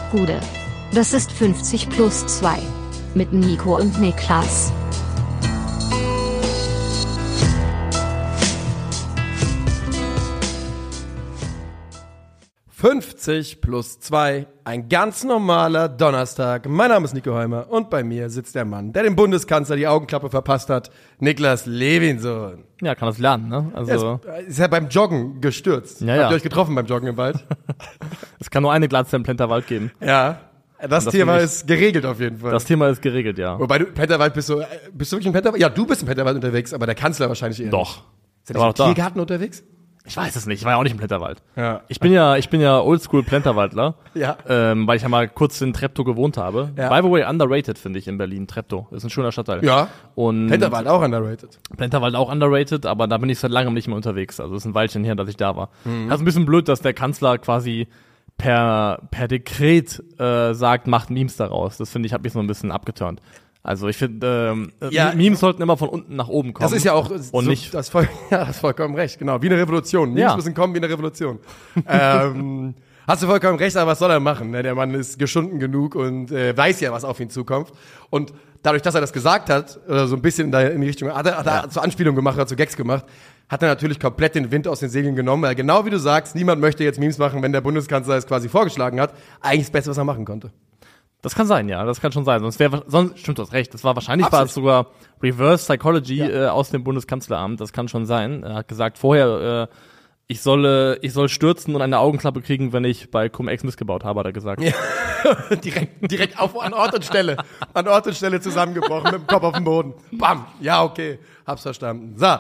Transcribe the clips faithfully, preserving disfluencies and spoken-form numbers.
Gude. Das ist fünfzig plus zwei. Mit Nico und Niklas. fünfzig plus zwei, ein ganz normaler Donnerstag. Mein Name ist Nico Heimer und bei mir sitzt der Mann, der dem Bundeskanzler die Augenklappe verpasst hat, Niklas Levinson. Ja, kann das lernen, ne? Also er ist, ist ja beim Joggen gestürzt. Ja, Habt ja. ihr euch getroffen beim Joggen im Wald? Es kann nur eine Glatze im Plenterwald geben. Ja, das, das Thema ist geregelt auf jeden Fall. Das Thema ist geregelt, ja. Wobei du Plenterwald bist du, bist du wirklich im Plenterwald? Ja, du bist im Plenterwald unterwegs, aber der Kanzler wahrscheinlich eher. Doch. Ist er nicht im Tiergarten unterwegs? Ich weiß es nicht, ich war ja auch nicht im Plenterwald. Ja. Ich bin ja, ich bin ja oldschool Plenterwaldler. Ja. Ähm, weil ich ja mal kurz in Treptow gewohnt habe. Ja. By the way, underrated finde ich in Berlin, Treptow. Ist ein schöner Stadtteil. Ja. Und Plenterwald auch underrated. Plenterwald auch underrated, aber da bin ich seit langem nicht mehr unterwegs. Also ist ein Weilchen her, dass ich da war. Mhm. Das ist ein bisschen blöd, dass der Kanzler quasi per, per Dekret äh, sagt, macht Memes daraus. Das finde ich, hat mich so ein bisschen abgeturnt. Also ich finde, ähm, Ja. Memes sollten immer von unten nach oben kommen. Das ist ja auch und so, nicht. das voll, ja, das ist vollkommen recht, genau. Wie eine Revolution. Memes Ja. müssen kommen wie eine Revolution. ähm, hast du vollkommen recht, aber was soll er machen? Ne? Der Mann ist geschunden genug und äh, weiß ja, was auf ihn zukommt. Und dadurch, dass er das gesagt hat, oder so ein bisschen da in die Richtung, hat er, hat er Ja. zur Anspielung gemacht, hat zu Gags gemacht, hat er natürlich komplett den Wind aus den Segeln genommen, weil genau wie du sagst, niemand möchte jetzt Memes machen, wenn der Bundeskanzler es quasi vorgeschlagen hat. Eigentlich das Beste, was er machen konnte. Das kann sein, ja, das kann schon sein. Sonst wäre, sonst stimmt das recht. Das war wahrscheinlich Absicht. war es sogar Reverse Psychology Ja. äh, aus dem Bundeskanzleramt. Das kann schon sein. Er hat gesagt vorher, äh, ich soll, ich soll stürzen und eine Augenklappe kriegen, wenn ich bei Cum-Ex missgebaut habe, hat er gesagt. Ja. direkt, direkt auf, an Ort und Stelle. An Ort und Stelle zusammengebrochen, mit dem Kopf auf den Boden. Bam. Ja, okay. Hab's verstanden. So.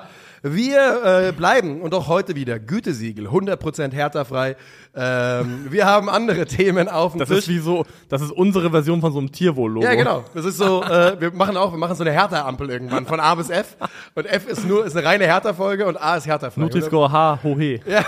Wir äh, bleiben und auch heute wieder Gütesiegel, hundert Prozent härterfrei. Ähm, wir haben andere Themen auf dem Das Tisch. ist wie so, das ist unsere Version von so einem Tierwohl-Logo. Ja, genau. Das ist so, äh, wir machen auch, wir machen so eine Hertha-Ampel irgendwann, von A bis F. Und F ist nur, ist eine reine Hertha-Folge und A ist Hertha-frei. Nutri-Score H, ho, he. Ja.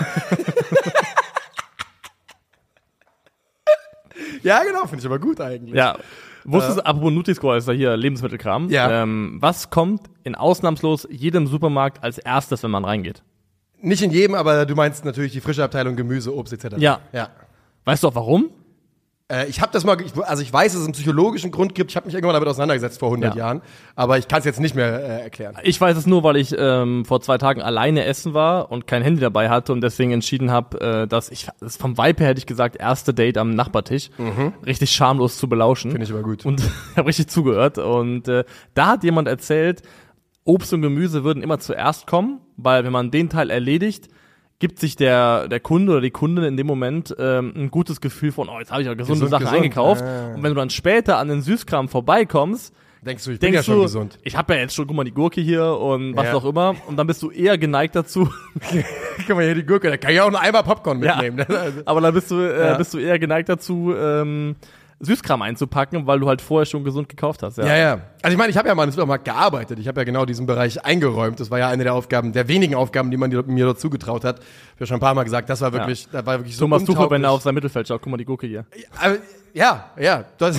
Ja, genau, finde ich aber gut eigentlich. Ja. Wusstest du, apropos Nutri-Score, ist ja hier Lebensmittelkram. Ja. Ähm, was kommt in ausnahmslos jedem Supermarkt als erstes, wenn man reingeht? Nicht in jedem, aber du meinst natürlich die frische Abteilung Gemüse, Obst et cetera. Ja. Ja. Weißt du auch warum? Äh, ich habe das mal, ich, also ich weiß, dass es einen psychologischen Grund gibt. Ich habe mich irgendwann damit auseinandergesetzt vor hundert Ja. Jahren, aber ich kann es jetzt nicht mehr äh, erklären. Ich weiß es nur, weil ich ähm, vor zwei Tagen alleine essen war und kein Handy dabei hatte und deswegen entschieden habe, äh, dass ich, das vom Vibe her hätte ich gesagt, erste Date am Nachbartisch, richtig schamlos zu belauschen. Finde ich aber gut. Und ich habe richtig zugehört und äh, da hat jemand erzählt, Obst und Gemüse würden immer zuerst kommen, weil wenn man den Teil erledigt, gibt sich der der Kunde oder die Kundin in dem Moment ähm, ein gutes Gefühl von, oh, jetzt habe ich ja gesunde Gesund, Sachen gesund. eingekauft. Ah. Und wenn du dann später an den Süßkram vorbeikommst, Denkst du, ich bin denkst ja schon du, gesund. ich habe ja jetzt schon, guck mal, die Gurke hier und was Ja. auch immer. Und dann bist du eher geneigt dazu, Guck mal hier die Gurke, da kann ich auch noch einmal Popcorn ja, mitnehmen. Ne? Also, aber dann bist du, äh, Ja. bist du eher geneigt dazu, ähm, Süßkram einzupacken, weil du halt vorher schon gesund gekauft hast. Ja, ja, ja. Also ich meine, ich habe ja mal im Supermarkt gearbeitet. Ich habe ja genau diesen Bereich eingeräumt. Das war ja eine der Aufgaben, der wenigen Aufgaben, die man dir- mir dazu getraut hat. Ich habe ja schon ein paar Mal gesagt, das war wirklich, das war wirklich so Thomas Tuchel, wenn er auf untauglich. sein Mittelfeld schaut, guck mal die Gurke hier. Aber, ja, ja. Das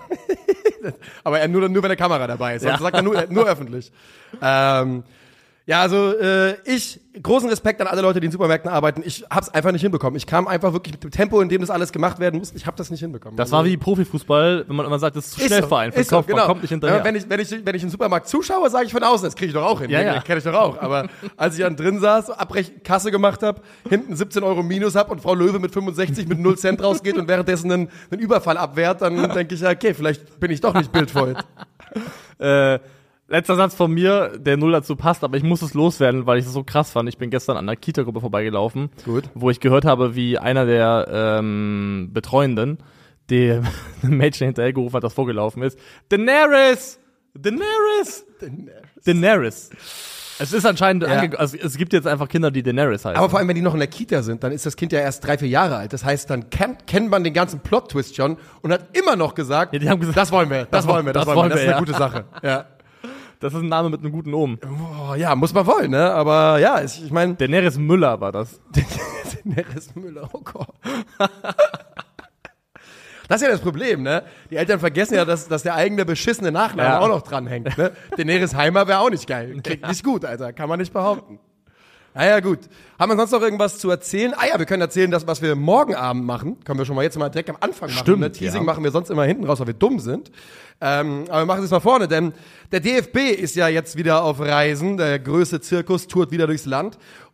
aber er nur, nur, wenn eine Kamera dabei ist. Ja. Das sagt er nur, nur öffentlich. Ähm, ja, also äh, ich, großen Respekt an alle Leute, die in Supermärkten arbeiten. Ich hab's einfach nicht hinbekommen. Ich kam einfach wirklich mit dem Tempo, in dem das alles gemacht werden muss. Ich habe das nicht hinbekommen. Das Also, war wie Profifußball, wenn man immer sagt, das ist zu schnell für einen, für den ist so, Kopf, man genau. kommt nicht hinterher. Ja, wenn ich, wenn ich, wenn ich in den Supermarkt zuschaue, sage ich von außen, das kriege ich doch auch hin. Ja, ja. Das kenne ich doch auch. Aber als ich dann drin saß, Abrech Kasse gemacht habe, hinten siebzehn Euro Minus hab und Frau Löwe mit fünfundsechzig mit null Cent rausgeht und währenddessen einen, einen Überfall abwehrt, dann denke ich ja, okay, vielleicht bin ich doch nicht bildvoll. Äh, letzter Satz von mir, der null dazu passt, aber ich muss es loswerden, weil ich es so krass fand. Ich bin gestern an einer Kita-Gruppe vorbeigelaufen, Gut. wo ich gehört habe, wie einer der ähm, Betreuenden, dem einem Mädchen hinterhergerufen hat, das vorgelaufen ist. Daenerys! Daenerys! Daenerys. Es ist anscheinend, Ja. ange- also es gibt jetzt einfach Kinder, die Daenerys heißen. Aber vor allem, wenn die noch in der Kita sind, dann ist das Kind ja erst drei, vier Jahre alt. Das heißt, dann kennt, kennt man den ganzen Plot-Twist schon und hat immer noch gesagt, Ja, die haben gesagt, das wollen wir, das, das wollen wir, das, das wollen wir, wollen das ist wir, eine ja. gute Sache. Ja. Das ist ein Name mit einem guten Omen. Oh, ja, muss man wollen, ne? Aber ja, ich, ich meine, Daenerys Müller war das. Daenerys Müller, oh Gott. Das ist ja das Problem, ne? Die Eltern vergessen ja, dass, dass der eigene beschissene Nachname Ja. auch noch dranhängt, ne? Daenerys Heimer wäre auch nicht geil. Klingt nicht gut, Alter. Kann man nicht behaupten. Naja, gut. Haben wir sonst noch irgendwas zu erzählen? Ah ja, wir können erzählen, das, was wir morgen Abend machen. Können wir schon mal jetzt mal direkt am Anfang machen. Stimmt, ne? Teasing ja. machen wir sonst immer hinten raus, weil wir dumm sind. Ähm, aber wir machen es mal vorne, denn der D F B ist ja jetzt wieder auf Reisen. Der größte Zirkus tourt wieder durchs Land.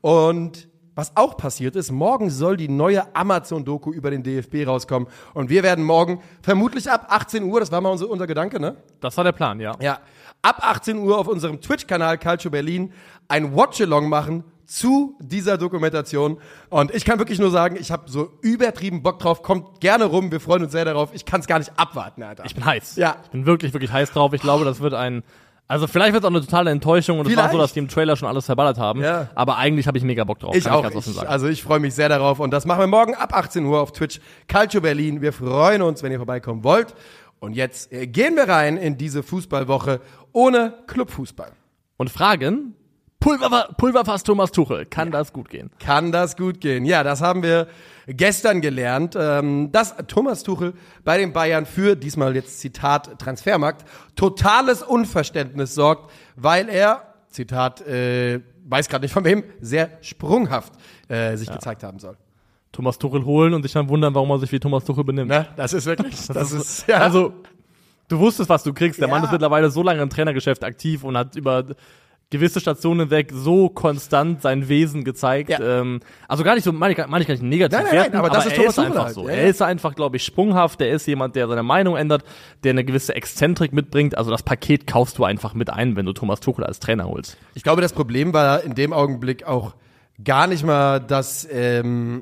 Und was auch passiert ist, morgen soll die neue Amazon-Doku über den D F B rauskommen. Und wir werden morgen vermutlich ab achtzehn Uhr, das war mal unser, unser Gedanke, ne? Das war der Plan, ja. Ja, ab achtzehn Uhr auf unserem Twitch-Kanal Calcio Berlin ein Watch-Along machen zu dieser Dokumentation. Und ich kann wirklich nur sagen, ich habe so übertrieben Bock drauf. Kommt gerne rum, wir freuen uns sehr darauf. Ich kann es gar nicht abwarten, Alter. Ich bin heiß. Ja. Ich bin wirklich, wirklich heiß drauf. Ich glaube, das wird ein... Also vielleicht wird es auch eine totale Enttäuschung und es war Vielleicht. so, dass die im Trailer schon alles verballert haben. Ja. Aber eigentlich habe ich mega Bock drauf. Ich kann auch. Ich ganz offen Ich, sagen. also ich freue mich sehr darauf. Und das machen wir morgen ab achtzehn Uhr auf Twitch Calcio Berlin. Wir freuen uns, wenn ihr vorbeikommen wollt. Und jetzt äh, gehen wir rein in diese Fußballwoche ohne Clubfußball. Und fragen, Pulver, Pulverfass Thomas Tuchel, kann ja. das gut gehen? Kann das gut gehen? Ja, das haben wir gestern gelernt, ähm, dass Thomas Tuchel bei den Bayern für, diesmal jetzt Zitat Transfermarkt, totales Unverständnis sorgt, weil er, Zitat, äh, weiß gerade nicht von wem, sehr sprunghaft äh, sich ja. gezeigt haben soll. Thomas Tuchel holen und sich dann wundern, warum er sich wie Thomas Tuchel benimmt. Ne? Das ist wirklich, das, das ist, ist ja. Also, du wusstest, was du kriegst. Der Ja. Mann ist mittlerweile so lange im Trainergeschäft aktiv und hat über gewisse Stationen weg so konstant sein Wesen gezeigt. Ja. Ähm, also gar nicht so, meine ich, meine ich gar nicht negativ Nein, nein, werten, nein, aber das ist er Thomas ist Tuchel einfach halt. so. Ja, ja. Er ist einfach, glaube ich, sprunghaft. Der ist jemand, der seine Meinung ändert, der eine gewisse Exzentrik mitbringt. Also das Paket kaufst du einfach mit ein, wenn du Thomas Tuchel als Trainer holst. Ich glaube, das Problem war in dem Augenblick auch gar nicht mal, dass ähm,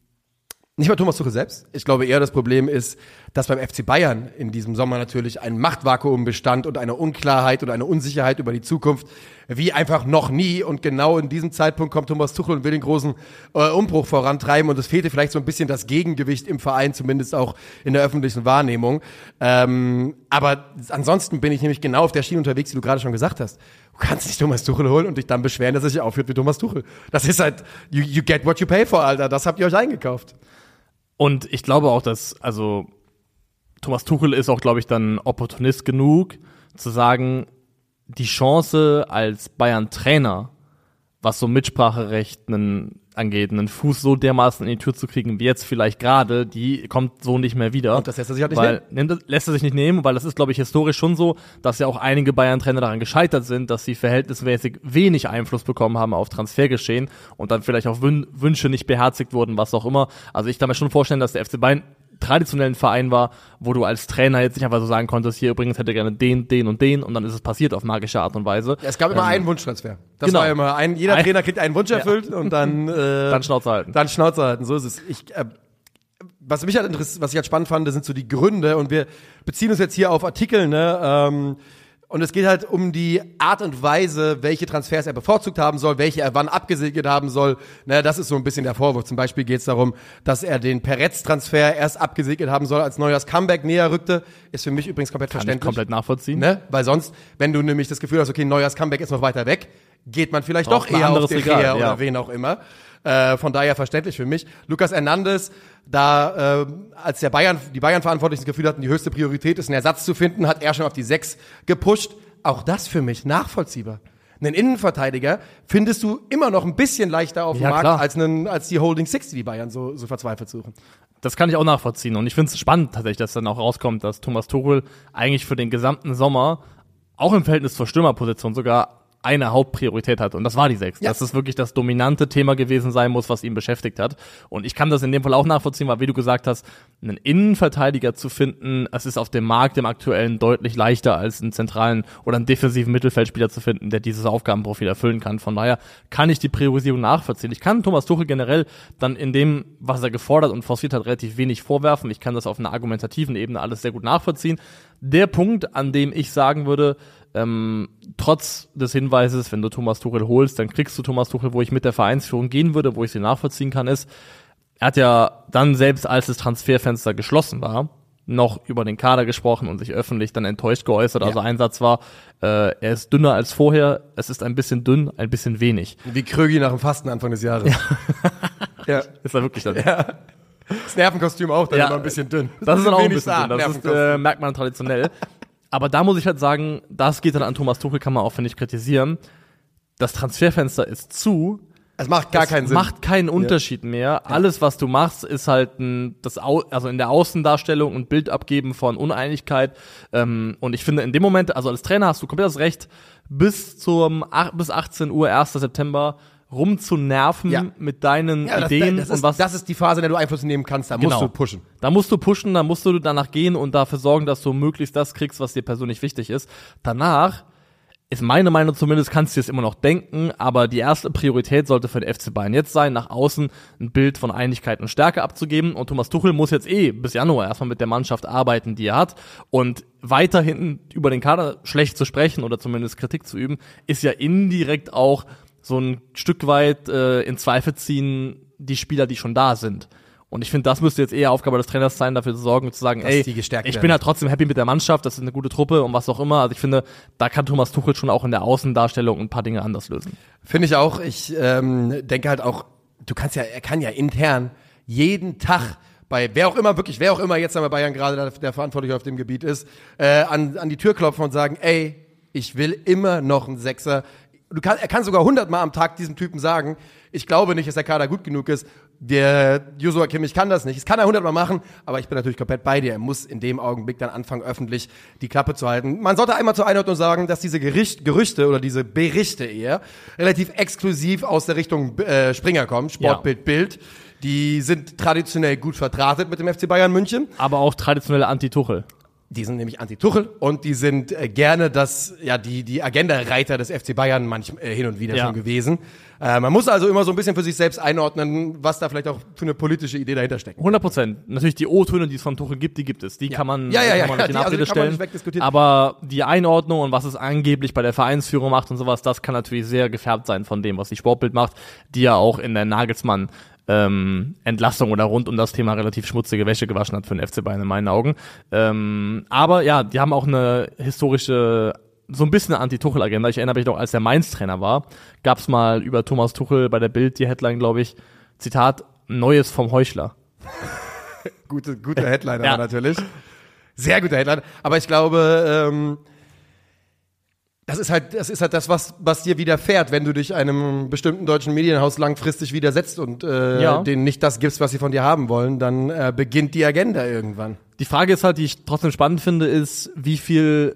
nicht mal Thomas Tuchel selbst. Ich glaube eher, das Problem ist, dass beim F C Bayern in diesem Sommer natürlich ein Machtvakuum bestand und eine Unklarheit und eine Unsicherheit über die Zukunft wie einfach noch nie. Und genau in diesem Zeitpunkt kommt Thomas Tuchel und will den großen äh, Umbruch vorantreiben. Und es fehlte vielleicht so ein bisschen das Gegengewicht im Verein, zumindest auch in der öffentlichen Wahrnehmung. Ähm, aber ansonsten bin ich nämlich genau auf der Schiene unterwegs, wie du gerade schon gesagt hast. Du kannst nicht Thomas Tuchel holen und dich dann beschweren, dass er sich aufführt wie Thomas Tuchel. Das ist halt, you, you get what you pay for, Alter. Das habt ihr euch eingekauft. Und ich glaube auch, dass, also, Thomas Tuchel ist auch, glaube ich, dann Opportunist genug, zu sagen, die Chance als Bayern-Trainer, was so Mitspracherecht angeht, einen Fuß so dermaßen in die Tür zu kriegen, wie jetzt vielleicht gerade, die kommt so nicht mehr wieder. Und das lässt er sich halt nicht weil, nehmen. Nimmt, lässt er sich nicht nehmen, weil das ist, glaube ich, historisch schon so, dass ja auch einige Bayern-Trainer daran gescheitert sind, dass sie verhältnismäßig wenig Einfluss bekommen haben auf Transfergeschehen und dann vielleicht auch Wün- Wünsche nicht beherzigt wurden, was auch immer. Also ich kann mir schon vorstellen, dass der F C Bayern traditionell ein Verein war, wo du als Trainer jetzt nicht einfach so sagen konntest, hier übrigens hätte gerne den, den und den und dann ist es passiert auf magische Art und Weise. Ja, es gab immer ähm, einen Wunschtransfer. Das genau. war immer ein, jeder Ein- Trainer kriegt einen Wunsch erfüllt ja. und dann, äh, Dann Schnauze halten. Dann Schnauze halten, so ist es. Ich, äh, was mich halt interessiert, was ich halt spannend fand, sind so die Gründe und wir beziehen uns jetzt hier auf Artikel, ne, ähm, und es geht halt um die Art und Weise, welche Transfers er bevorzugt haben soll, welche er wann abgesegnet haben soll. Ne, das ist so ein bisschen der Vorwurf. Zum Beispiel geht es darum, dass er den Peretz-Transfer erst abgesegnet haben soll, als Neuers Comeback näher rückte. Ist für mich übrigens komplett Kann ich verständlich. komplett nachvollziehen. Ne? Weil sonst, wenn du nämlich das Gefühl hast, okay, Neuers Comeback ist noch weiter weg, geht man vielleicht Auf doch ein eher auf anderes den Regal, Real ja. oder wen auch immer. Äh, von daher verständlich für mich. Lukas Hernandez, da äh, als der Bayern, die Bayern-Verantwortlichen das Gefühl hatten, die höchste Priorität ist, einen Ersatz zu finden, hat er schon auf die sechs gepusht. Auch das für mich nachvollziehbar. Einen Innenverteidiger findest du immer noch ein bisschen leichter auf dem Ja, Markt klar. als, einen, als die Holding Six, die die Bayern so, so verzweifelt suchen. Das kann ich auch nachvollziehen. Und ich finde es spannend tatsächlich, dass dann auch rauskommt, dass Thomas Tuchel eigentlich für den gesamten Sommer, auch im Verhältnis zur Stürmerposition sogar, eine Hauptpriorität hat. Und das war die sechs. Ja. Dass es wirklich das dominante Thema gewesen sein muss, was ihn beschäftigt hat. Und ich kann das in dem Fall auch nachvollziehen, weil, wie du gesagt hast, einen Innenverteidiger zu finden, es ist auf dem Markt im aktuellen deutlich leichter, als einen zentralen oder einen defensiven Mittelfeldspieler zu finden, der dieses Aufgabenprofil erfüllen kann. Von daher kann ich die Priorisierung nachvollziehen. Ich kann Thomas Tuchel generell dann in dem, was er gefordert und forciert hat, relativ wenig vorwerfen. Ich kann das auf einer argumentativen Ebene alles sehr gut nachvollziehen. Der Punkt, an dem ich sagen würde, ähm, trotz des Hinweises, wenn du Thomas Tuchel holst, dann kriegst du Thomas Tuchel, wo ich mit der Vereinsführung gehen würde, wo ich sie nachvollziehen kann, ist, er hat ja dann selbst, als das Transferfenster geschlossen war, noch über den Kader gesprochen und sich öffentlich dann enttäuscht geäußert. Ja. Also ein Satz war, äh, er ist dünner als vorher, es ist ein bisschen dünn, ein bisschen wenig. Wie Krögi nach dem Fasten Anfang des Jahres. Ja. ja. Ist er wirklich dann? ja. Das Nervenkostüm auch, dann Ja. immer ein bisschen dünn. Das ist dann auch ein Wenig bisschen Saat, dünn. Das ist, Nervenkostüm. äh, merkt man traditionell. Aber da muss ich halt sagen, das geht dann an Thomas Tuchel, kann man auch, finde ich, kritisieren. Das Transferfenster ist zu, Es macht gar es keinen Sinn. macht keinen Unterschied mehr. Alles, was du machst, ist halt ein, das Au- also in der Außendarstellung und Bild abgeben von Uneinigkeit. Ähm, und ich finde, in dem Moment, also als Trainer hast du komplett das Recht, bis zum ach- bis achtzehn Uhr, erster September rumzunerven Ja. mit deinen Ja, das, Ideen das, und ist, was. das ist die Phase, in der du Einfluss nehmen kannst. Da musst Genau. du pushen. Da musst du pushen, da musst du danach gehen und dafür sorgen, dass du möglichst das kriegst, was dir persönlich wichtig ist. Danach ist meine Meinung zumindest, kannst du es immer noch denken, aber die erste Priorität sollte für den F C Bayern jetzt sein, nach außen ein Bild von Einigkeit und Stärke abzugeben. Und Thomas Tuchel muss jetzt eh bis Januar erstmal mit der Mannschaft arbeiten, die er hat. Und weiterhin über den Kader schlecht zu sprechen oder zumindest Kritik zu üben, ist ja indirekt auch so ein Stück weit äh, in Zweifel ziehen die Spieler, die schon da sind. Und ich finde, das müsste jetzt eher Aufgabe des Trainers sein, dafür zu sorgen, zu sagen, Dass ey, die gestärkt ich werden. bin halt trotzdem happy mit der Mannschaft, das ist eine gute Truppe und was auch immer. Also ich finde, da kann Thomas Tuchel schon auch in der Außendarstellung ein paar Dinge anders lösen. Finde ich auch. Ich ähm, denke halt auch, du kannst ja, er kann ja intern jeden Tag bei wer auch immer, wirklich, wer auch immer jetzt bei Bayern gerade der, der Verantwortliche auf dem Gebiet ist, äh, an, an die Tür klopfen und sagen, ey, ich will immer noch einen Sechser. Du kann, er kann sogar hundertmal am Tag diesem Typen sagen, ich glaube nicht, dass der Kader gut genug ist. Der Joshua Kimmich kann das nicht. Das kann er hundertmal machen, aber ich bin natürlich komplett bei dir. Er muss in dem Augenblick dann anfangen, öffentlich die Klappe zu halten. Man sollte einmal zur Einordnung sagen, dass diese Gericht, Gerüchte oder diese Berichte eher relativ exklusiv aus der Richtung äh, Springer kommen, Sportbild, Bild. Die sind traditionell gut verdrahtet mit dem F C Bayern München. Aber auch traditionelle Anti-Tuchel. Die sind nämlich Anti-Tuchel und die sind äh, gerne das, ja, die, die Agenda-Reiter des F C Bayern manch, äh, hin und wieder Ja. schon gewesen. Äh, man muss also immer so ein bisschen für sich selbst einordnen, was da vielleicht auch für eine politische Idee dahinter steckt. hundert Prozent. Natürlich die O-Töne, die es von Tuchel gibt, die gibt es. Die kann man, Ja, ja, ja, kann man ja, nicht in die- also die Abrede kann man stellen. nicht wegdiskutieren. Aber die Einordnung und was es angeblich bei der Vereinsführung macht und sowas, das kann natürlich sehr gefärbt sein von dem, was die Sportbild macht, die ja auch in der Nagelsmann ähm, Entlassung oder rund um das Thema relativ schmutzige Wäsche gewaschen hat für den F C Bayern in meinen Augen. Ähm, aber ja, die haben auch eine historische, so ein bisschen eine Anti-Tuchel-Agenda. Ich erinnere mich noch, als der Mainz-Trainer war, gab es mal über Thomas Tuchel bei der Bild die Headline, glaube ich, Zitat, Neues vom Heuchler. Gute, gute Headline Ja. aber natürlich. Sehr gute Headline. Aber ich glaube, ähm, das ist halt, das ist halt das, was, was dir widerfährt, wenn du dich einem bestimmten deutschen Medienhaus langfristig widersetzt und äh, Ja. denen nicht das gibst, was sie von dir haben wollen, dann äh, beginnt die Agenda irgendwann. Die Frage ist halt, die ich trotzdem spannend finde, ist, wie viel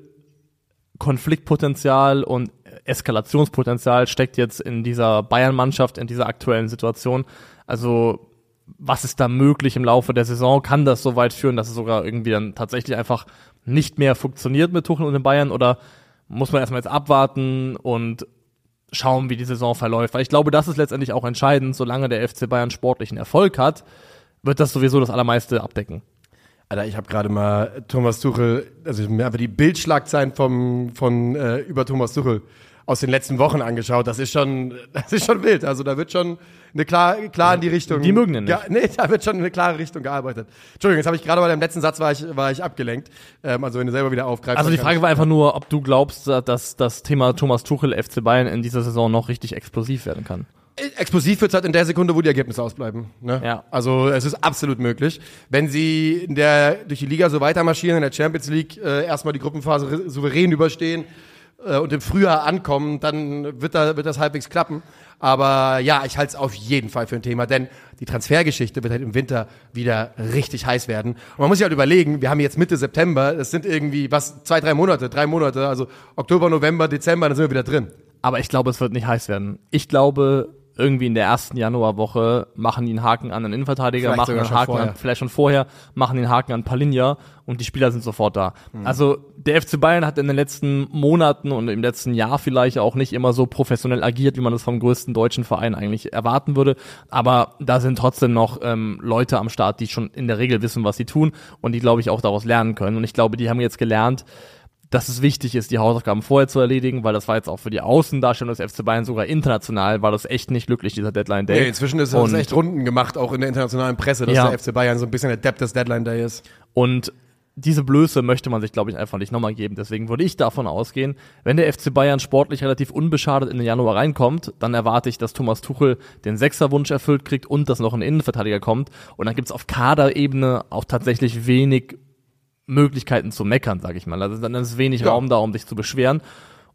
Konfliktpotenzial und Eskalationspotenzial steckt jetzt in dieser Bayern-Mannschaft, in dieser aktuellen Situation. Also, was ist da möglich im Laufe der Saison? Kann das so weit führen, dass es sogar irgendwie dann tatsächlich einfach nicht mehr funktioniert mit Tuchel und den Bayern? Oder muss man erstmal jetzt abwarten und schauen, wie die Saison verläuft? Weil ich glaube, das ist letztendlich auch entscheidend. Solange der F C Bayern sportlichen Erfolg hat, wird das sowieso das Allermeiste abdecken. Alter, ich habe gerade mal Thomas Tuchel, also mir einfach die Bildschlagzeilen vom, von äh, über Thomas Tuchel aus den letzten Wochen angeschaut. Das ist schon, das ist schon wild. Also da wird schon eine klar, klar in die Richtung. Die mögen den nicht. Ja, nee, da wird schon eine klare Richtung gearbeitet. Entschuldigung, jetzt habe ich gerade bei dem letzten Satz war ich, war ich abgelenkt. Ähm, also wenn du selber wieder aufgreifst. Also die dann kann Frage ich- war einfach nur, ob du glaubst, dass das Thema Thomas Tuchel F C Bayern in dieser Saison noch richtig explosiv werden kann. Explosiv wird's halt in der Sekunde, wo die Ergebnisse ausbleiben. Ne? Ja. Also es ist absolut möglich. Wenn sie in der, durch die Liga so weiter marschieren, in der Champions League äh, erstmal die Gruppenphase re- souverän überstehen äh, und im Frühjahr ankommen, dann wird, da, wird das halbwegs klappen. Aber ja, ich halte es auf jeden Fall für ein Thema, denn die Transfergeschichte wird halt im Winter wieder richtig heiß werden. Und man muss sich halt überlegen, wir haben jetzt Mitte September, das sind irgendwie, was, zwei, drei Monate, drei Monate, also Oktober, November, Dezember, dann sind wir wieder drin. Aber ich glaube, es wird nicht heiß werden. Ich glaube, irgendwie in der ersten Januarwoche machen die einen Haken an den Innenverteidiger, Vielleicht machen sogar einen schon Haken vorher. an, vielleicht schon vorher, machen den Haken an Palinja und die Spieler sind sofort da. Mhm. Also der F C Bayern hat in den letzten Monaten und im letzten Jahr vielleicht auch nicht immer so professionell agiert, wie man es vom größten deutschen Verein eigentlich erwarten würde. Aber da sind trotzdem noch ähm, Leute am Start, die schon in der Regel wissen, was sie tun und die, glaube ich, auch daraus lernen können. Und ich glaube, die haben jetzt gelernt, dass es wichtig ist, die Hausaufgaben vorher zu erledigen, weil das war jetzt auch für die Außendarstellung des F C Bayern sogar international, war das echt nicht glücklich, dieser Deadline Day. Nee, inzwischen ist es Und- echt Runden gemacht, auch in der internationalen Presse, dass Ja. der F C Bayern so ein bisschen der Depp des Deadline Day ist. Und diese Blöße möchte man sich, glaube ich, einfach nicht nochmal geben. Deswegen würde ich davon ausgehen, wenn der F C Bayern sportlich relativ unbeschadet in den Januar reinkommt, dann erwarte ich, dass Thomas Tuchel den Sechserwunsch erfüllt kriegt und dass noch ein Innenverteidiger kommt. Und dann gibt es auf Kaderebene auch tatsächlich wenig Möglichkeiten zu meckern, sag ich mal. Also dann ist wenig Ja. Raum da, um sich zu beschweren.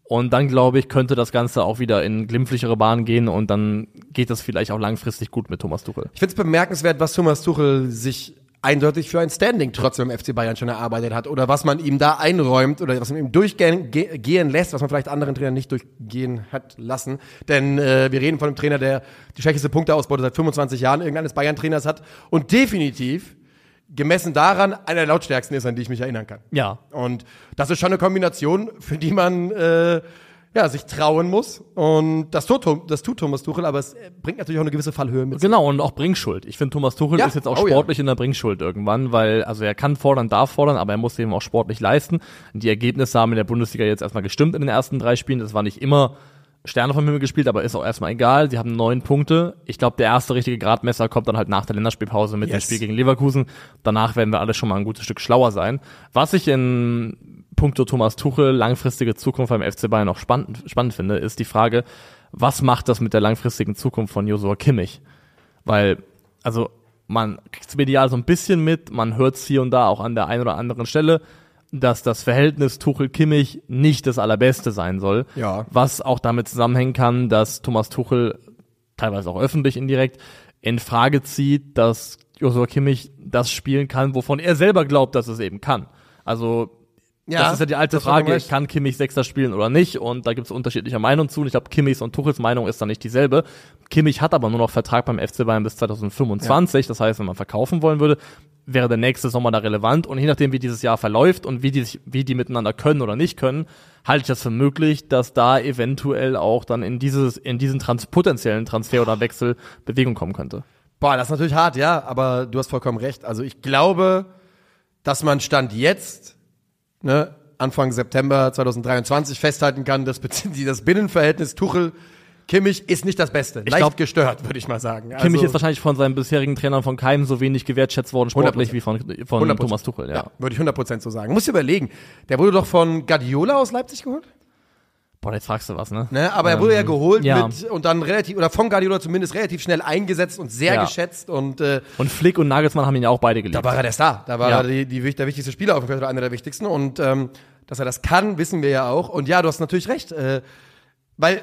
Und dann, glaube ich, könnte das Ganze auch wieder in glimpflichere Bahnen gehen und dann geht das vielleicht auch langfristig gut mit Thomas Tuchel. Ich finde es bemerkenswert, was Thomas Tuchel sich eindeutig für ein Standing trotzdem im F C Bayern schon erarbeitet hat oder was man ihm da einräumt oder was man ihm durchgehen ge- gehen lässt, was man vielleicht anderen Trainern nicht durchgehen hat lassen. Denn äh, wir reden von einem Trainer, der die schlechteste Punkteausbeute seit fünfundzwanzig Jahren irgendeines Bayern-Trainers hat und definitiv gemessen daran einer der lautstärksten ist, an die ich mich erinnern kann. Ja. Und das ist schon eine Kombination, für die man äh, ja, sich trauen muss. Und das tut, das tut Thomas Tuchel, aber es bringt natürlich auch eine gewisse Fallhöhe mit. Genau, und auch Bringschuld. Ich finde, Thomas Tuchel Ja, ist jetzt auch oh sportlich ja. in der Bringschuld irgendwann, weil, also er kann fordern, darf fordern, aber er muss eben auch sportlich leisten. Die Ergebnisse haben in der Bundesliga jetzt erstmal gestimmt in den ersten drei Spielen. Das war nicht immer Sterne vom Himmel gespielt, aber ist auch erstmal egal. Sie haben neun Punkte. Ich glaube, der erste richtige Gradmesser kommt dann halt nach der Länderspielpause mit Yes. dem Spiel gegen Leverkusen. Danach werden wir alle schon mal ein gutes Stück schlauer sein. Was ich in puncto Thomas Tuchel langfristige Zukunft beim F C Bayern noch spannend, spannend finde, ist die Frage, was macht das mit der langfristigen Zukunft von Joshua Kimmich? Weil, also, man kriegt es medial so ein bisschen mit, man hört es hier und da auch an der einen oder anderen Stelle, dass das Verhältnis Tuchel-Kimmich nicht das allerbeste sein soll. Ja. Was auch damit zusammenhängen kann, dass Thomas Tuchel, teilweise auch öffentlich indirekt, in Frage zieht, dass Joshua Kimmich das spielen kann, wovon er selber glaubt, dass es eben kann. Also, Ja, das ist ja die alte das war Frage, recht. kann Kimmich Sechster spielen oder nicht? Und da gibt es unterschiedliche Meinungen zu. Und ich glaube, Kimmichs und Tuchels Meinung ist dann nicht dieselbe. Kimmich hat aber nur noch Vertrag beim F C Bayern bis zwanzig fünfundzwanzig. Ja. Das heißt, wenn man verkaufen wollen würde, wäre der nächste Sommer da relevant. Und je nachdem, wie dieses Jahr verläuft und wie die, wie die miteinander können oder nicht können, halte ich das für möglich, dass da eventuell auch dann in dieses, in diesen trans- potenziellen Transfer oder Wechsel Bewegung kommen könnte. Boah, das ist natürlich hart, ja, aber du hast vollkommen recht. Also ich glaube, dass man Stand jetzt, ne, Anfang September zwanzig dreiundzwanzig festhalten kann, dass das Binnenverhältnis Tuchel Kimmich ist nicht das Beste. Leicht glaub, gestört, würde ich mal sagen. Kimmich also, ist wahrscheinlich von seinen bisherigen Trainern von keinem so wenig gewertschätzt worden, sportlich, wie von, von Thomas Tuchel. Ja. ja, würde ich hundert Prozent so sagen. Musst du überlegen, der wurde doch von Guardiola aus Leipzig geholt? Boah, jetzt fragst du was, ne? Ne, aber ähm, er wurde ja geholt ja. mit und dann relativ, oder von Guardiola zumindest relativ schnell eingesetzt und sehr ja. geschätzt. Und äh, und Flick und Nagelsmann haben ihn ja auch beide geliebt. Da war er der Star. Da war ja. er die, die, der wichtigste Spieler auf dem Feld oder einer der wichtigsten. Und ähm, dass er das kann, wissen wir ja auch. Und ja, du hast natürlich recht. Äh, weil,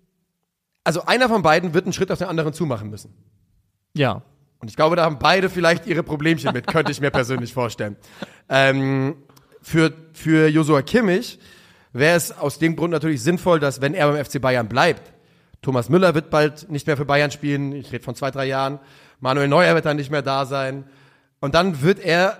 also einer von beiden wird einen Schritt auf den anderen zumachen müssen. Ja. Und ich glaube, da haben beide vielleicht ihre Problemchen mit, könnte ich mir persönlich vorstellen. Ähm, für, für Joshua Kimmich wäre es aus dem Grund natürlich sinnvoll, dass, wenn er beim F C Bayern bleibt, Thomas Müller wird bald nicht mehr für Bayern spielen, ich rede von zwei, drei Jahren, Manuel Neuer wird dann nicht mehr da sein und dann wird er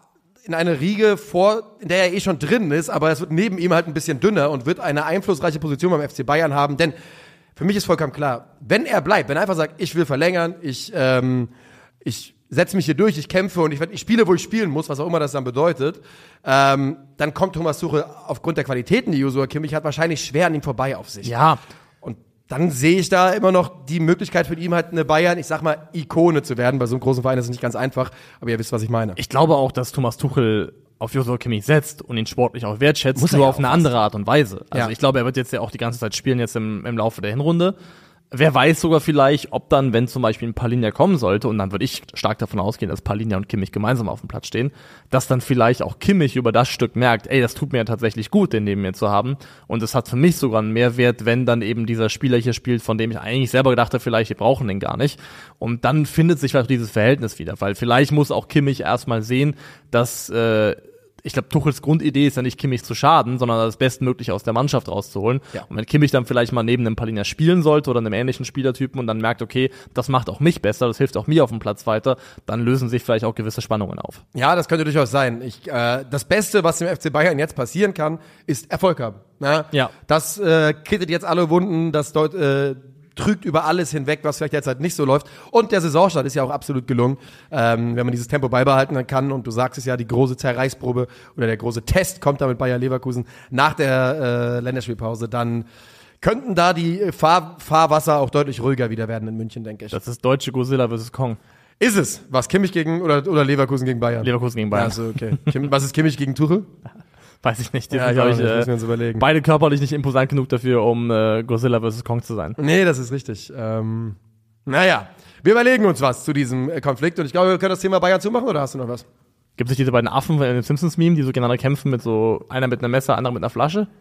in eine Riege vor, in der er eh schon drin ist, aber es wird neben ihm halt ein bisschen dünner und wird eine einflussreiche Position beim F C Bayern haben, denn für mich ist vollkommen klar, wenn er bleibt, wenn er einfach sagt, ich will verlängern, ich, ähm, ich setze mich hier durch, ich kämpfe und ich, ich spiele, wo ich spielen muss, was auch immer das dann bedeutet, ähm, dann kommt Thomas Tuchel aufgrund der Qualitäten, die Joshua Kimmich hat, wahrscheinlich schwer an ihm vorbei auf sich. Ja. Und dann sehe ich da immer noch die Möglichkeit für ihn halt eine Bayern, ich sag mal, Ikone zu werden. Bei so einem großen Verein ist es nicht ganz einfach, aber ihr wisst, was ich meine. Ich glaube auch, dass Thomas Tuchel auf Joshua Kimmich setzt und ihn sportlich auch wertschätzt, Muss er nur ja auf auch eine fast. andere Art und Weise. Also Ja. ich glaube, er wird jetzt ja auch die ganze Zeit spielen jetzt im, im Laufe der Hinrunde. Wer weiß sogar vielleicht, ob dann, wenn zum Beispiel ein Palinja kommen sollte, und dann würde ich stark davon ausgehen, dass Palinja und Kimmich gemeinsam auf dem Platz stehen, dass dann vielleicht auch Kimmich über das Stück merkt, ey, das tut mir ja tatsächlich gut, den neben mir zu haben. Und es hat für mich sogar einen Mehrwert, wenn dann eben dieser Spieler hier spielt, von dem ich eigentlich selber gedacht habe, vielleicht, wir brauchen den gar nicht. Und dann findet sich vielleicht dieses Verhältnis wieder, weil vielleicht muss auch Kimmich erstmal sehen, dass äh, ich glaube, Tuchels Grundidee ist ja nicht, Kimmich zu schaden, sondern das Bestmögliche aus der Mannschaft rauszuholen. Ja. Und wenn Kimmich dann vielleicht mal neben einem Palinja spielen sollte oder einem ähnlichen Spielertypen und dann merkt, okay, das macht auch mich besser, das hilft auch mir auf dem Platz weiter, dann lösen sich vielleicht auch gewisse Spannungen auf. Ja, das könnte durchaus sein. Ich, äh, das Beste, was dem F C Bayern jetzt passieren kann, ist Erfolg haben. Na? Ja. Das äh, kittet jetzt alle Wunden, das deut, äh, trügt über alles hinweg, was vielleicht derzeit nicht so läuft. Und der Saisonstart ist ja auch absolut gelungen, ähm, wenn man dieses Tempo beibehalten kann. Und du sagst es ja, die große Zerreißprobe oder der große Test kommt da mit Bayer Leverkusen nach der äh, Länderspielpause. Dann könnten da die Fahr- Fahrwasser auch deutlich ruhiger wieder werden in München, denke ich. Das ist deutsche Godzilla versus Kong. Ist es? Was, Kimmich gegen oder, oder Leverkusen gegen Bayern? Leverkusen gegen Bayern. Also, okay. Kim, was ist Kimmich gegen Tuchel? Weiß ich nicht. Die Ja, sind, ich auch glaub ich, nicht. äh, Müssen wir uns überlegen. beide körperlich nicht imposant genug dafür, um äh, Godzilla versus Kong zu sein. Nee, das ist richtig. Ähm, naja, wir überlegen uns was zu diesem äh, Konflikt und ich glaube, wir können das Thema Bayern zumachen, oder hast du noch was? Gibt es diese beiden Affen in dem Simpsons-Meme, die so gegeneinander kämpfen mit so, einer mit einem Messer, anderer mit einer Flasche?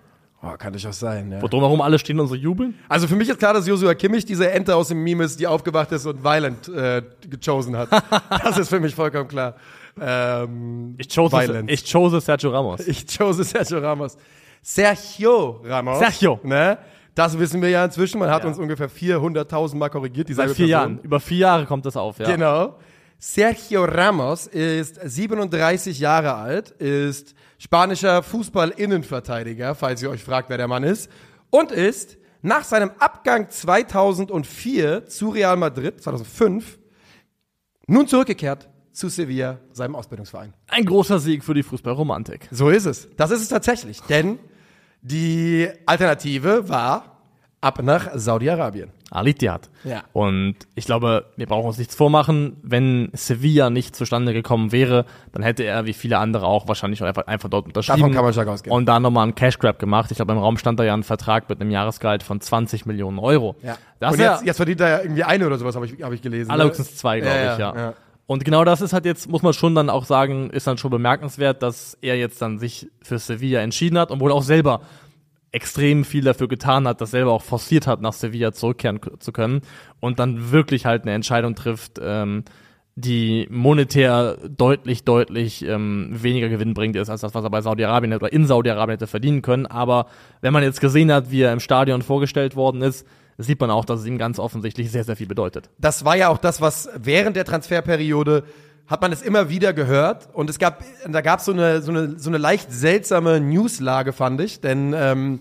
Oh, kann durchaus sein, ja. Wo drumherum alle stehen und so jubeln? Also für mich ist klar, dass Joshua Kimmich diese Ente aus dem Meme ist, die aufgewacht ist und Violent äh, gechosen hat. Das ist für mich vollkommen klar. Ähm, Ich chose, Violent. ich chose Sergio Ramos. Ich chose Sergio Ramos. Sergio Ramos. Sergio. Ne? Das wissen wir ja inzwischen. Man hat Ja. uns ungefähr vierhunderttausend Mal korrigiert. Seit dieselbe vier Person. Jahren. Über vier Jahre kommt das auf, ja. Genau. Sergio Ramos ist siebenunddreißig Jahre alt, ist spanischer Fußball-Innenverteidiger, falls ihr euch fragt, wer der Mann ist, und ist nach seinem Abgang zweitausendvier zu Real Madrid, zweitausendfünf, nun zurückgekehrt zu Sevilla, seinem Ausbildungsverein. Ein großer Sieg für die Fußballromantik. So ist es. Das ist es tatsächlich, denn die Alternative war ab nach Saudi-Arabien. Al-Ittihad. Ja. Und ich glaube, wir brauchen uns nichts vormachen. Wenn Sevilla nicht zustande gekommen wäre, dann hätte er, wie viele andere auch, wahrscheinlich einfach, einfach dort unterschrieben. Davon kann man stark ausgehen. Und da nochmal einen Cash Grab gemacht. Ich glaube, im Raum stand da ja ein Vertrag mit einem Jahresgehalt von zwanzig Millionen Euro. Ja. Das Und ist jetzt, ja jetzt verdient er ja irgendwie eine oder sowas, habe ich, hab ich gelesen. ne? allerhöchstens zwei, glaube Ja, ich, ja, ja. ja. Und genau das ist halt jetzt, muss man schon dann auch sagen, ist dann schon bemerkenswert, dass er jetzt dann sich für Sevilla entschieden hat und wohl auch selber extrem viel dafür getan hat, das selber auch forciert hat, nach Sevilla zurückkehren k- zu können und dann wirklich halt eine Entscheidung trifft, ähm, die monetär deutlich, deutlich ähm, weniger Gewinn bringt ist, als das, was er bei Saudi-Arabien oder in Saudi-Arabien hätte verdienen können. Aber wenn man jetzt gesehen hat, wie er im Stadion vorgestellt worden ist, sieht man auch, dass es ihm ganz offensichtlich sehr, sehr viel bedeutet. Das war ja auch das, was während der Transferperiode hat man es immer wieder gehört und es gab, da gab es so eine, so eine, so eine leicht seltsame Newslage, fand ich, denn ähm,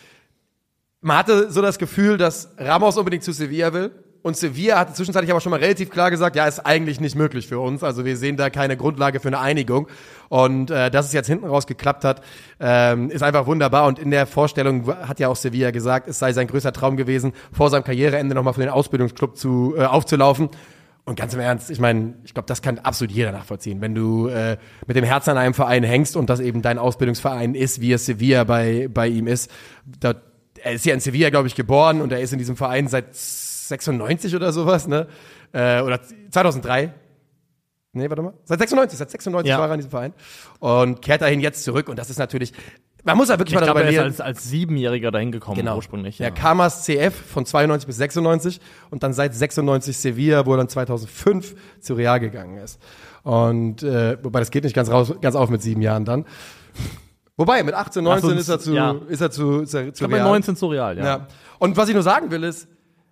man hatte so das Gefühl, dass Ramos unbedingt zu Sevilla will und Sevilla hatte zwischenzeitlich aber schon mal relativ klar gesagt, ja, ist eigentlich nicht möglich für uns, also wir sehen da keine Grundlage für eine Einigung und äh, dass es jetzt hinten raus geklappt hat, ähm, ist einfach wunderbar und in der Vorstellung hat ja auch Sevilla gesagt, es sei sein größter Traum gewesen, vor seinem Karriereende nochmal für den Ausbildungsclub zu, äh, aufzulaufen. Und ganz im Ernst, ich meine, ich glaube, das kann absolut jeder nachvollziehen. Wenn du äh, mit dem Herzen an einem Verein hängst und das eben dein Ausbildungsverein ist, wie es Sevilla bei bei ihm ist. Da, er ist ja in Sevilla, glaube ich, geboren und er ist in diesem Verein seit sechsundneunzig oder sowas, ne? Äh, oder zweitausenddrei. Nee, warte mal. Seit sechsundneunzig, seit sechsundneunzig Ja. war er in diesem Verein. Und kehrt dahin jetzt zurück. Und das ist natürlich, man muss ja wirklich Ich mal glaube, darüber er reden. ist als, als Siebenjähriger dahin gekommen Genau. ursprünglich. Ja, Ja. Kamas C F von zweiundneunzig bis sechsundneunzig und dann seit sechsundneunzig Sevilla, wo er dann zweitausendfünf zu Real gegangen ist. Und äh, wobei das geht nicht ganz raus, ganz auf mit sieben Jahren dann. Wobei mit achtzehn, neunzehn uns- ist er zu, ja. ist er zu, ist er Ich zu glaube, Real. mit neunzehn zu Real, ja. Ja. Und was ich nur sagen will ist,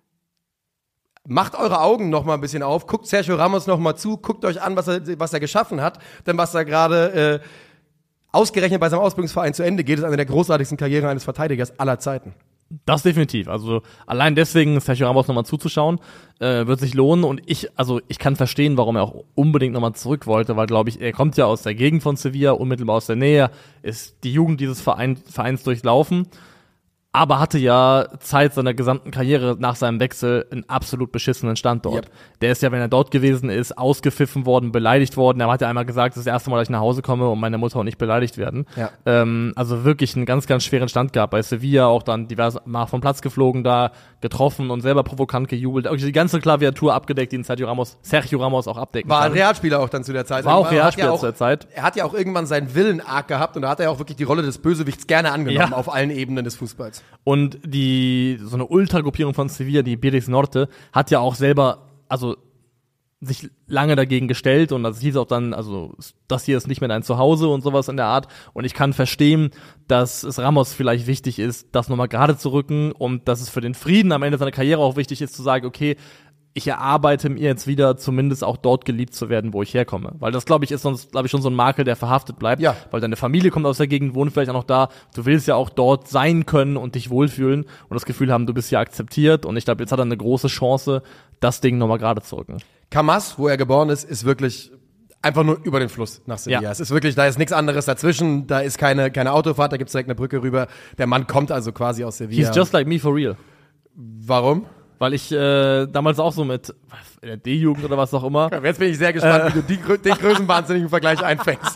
macht eure Augen noch mal ein bisschen auf, guckt Sergio Ramos noch mal zu, guckt euch an, was er, was er geschaffen hat, denn was er gerade äh, ausgerechnet bei seinem Ausbildungsverein zu Ende geht, ist eine der großartigsten Karrieren eines Verteidigers aller Zeiten. Das definitiv. Also allein deswegen Sergio Ramos nochmal zuzuschauen, äh, wird sich lohnen. Und ich, also ich kann verstehen, warum er auch unbedingt nochmal zurück wollte, weil, glaube ich, er kommt ja aus der Gegend von Sevilla, unmittelbar aus der Nähe, ist die Jugend dieses Verein, Vereins durchlaufen, aber hatte ja Zeit seiner gesamten Karriere nach seinem Wechsel einen absolut beschissenen Standort. Yep. Der ist ja, wenn er dort gewesen ist, ausgepfiffen worden, beleidigt worden. Er hat ja einmal gesagt, das ist das erste Mal, dass ich nach Hause komme und meine Mutter und ich beleidigt werden. Ja. Ähm, also wirklich einen ganz, ganz schweren Stand gehabt. Bei Sevilla auch dann divers mal vom Platz geflogen da, getroffen und selber provokant gejubelt. Auch die ganze Klaviatur abgedeckt, die ihn Sergio Ramos, Sergio Ramos auch abdecken War ein kann. Realspieler auch dann zu der Zeit. War auch Er hat Realspieler ja auch, zu der Zeit. Er hat ja auch irgendwann seinen Willen arg gehabt und da hat er ja auch wirklich die Rolle des Bösewichts gerne angenommen Ja. auf allen Ebenen des Fußballs. Und die, so eine Ultragruppierung von Sevilla, die Betis Norte, hat ja auch selber, also, sich lange dagegen gestellt und das hieß auch dann, also, das hier ist nicht mehr dein Zuhause und sowas in der Art. Und ich kann verstehen, dass es Ramos vielleicht wichtig ist, das nochmal gerade zu rücken und dass es für den Frieden am Ende seiner Karriere auch wichtig ist, zu sagen, okay, ich erarbeite mir jetzt wieder, zumindest auch dort geliebt zu werden, wo ich herkomme. Weil das, glaube ich, ist sonst, glaube ich, schon so ein Makel, der verhaftet bleibt. Ja. Weil deine Familie kommt aus der Gegend, wohnt vielleicht auch noch da. Du willst ja auch dort sein können und dich wohlfühlen und das Gefühl haben, du bist hier akzeptiert. Und ich glaube, jetzt hat er eine große Chance, das Ding nochmal gerade zu rücken. Kamas, wo er geboren ist, ist wirklich einfach nur über den Fluss nach Sevilla. Ja. Es ist wirklich, da ist nichts anderes dazwischen, da ist keine, keine Autofahrt, da gibt's direkt eine Brücke rüber. Der Mann kommt also quasi aus Sevilla. He's just like me for real. Warum? Weil ich äh, damals auch so mit in der D-Jugend oder was auch immer. Jetzt bin ich sehr gespannt, wie du die, Grö- den größenwahnsinnigen Vergleich einfängst.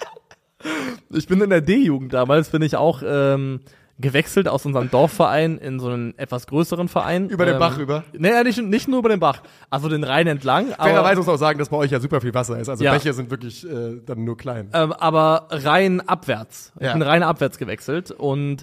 Ich bin in der D-Jugend damals, bin ich auch ähm, gewechselt aus unserem Dorfverein in so einen etwas größeren Verein. Über den ähm, Bach rüber? Nee, nicht, nicht nur über den Bach, also den Rhein entlang. Aber, Fairerweise muss man auch sagen, dass bei euch ja super viel Wasser ist. Also Ja. Bäche sind wirklich äh, dann nur klein. ähm, aber Rhein abwärts. Ich Ja. bin Rhein abwärts gewechselt und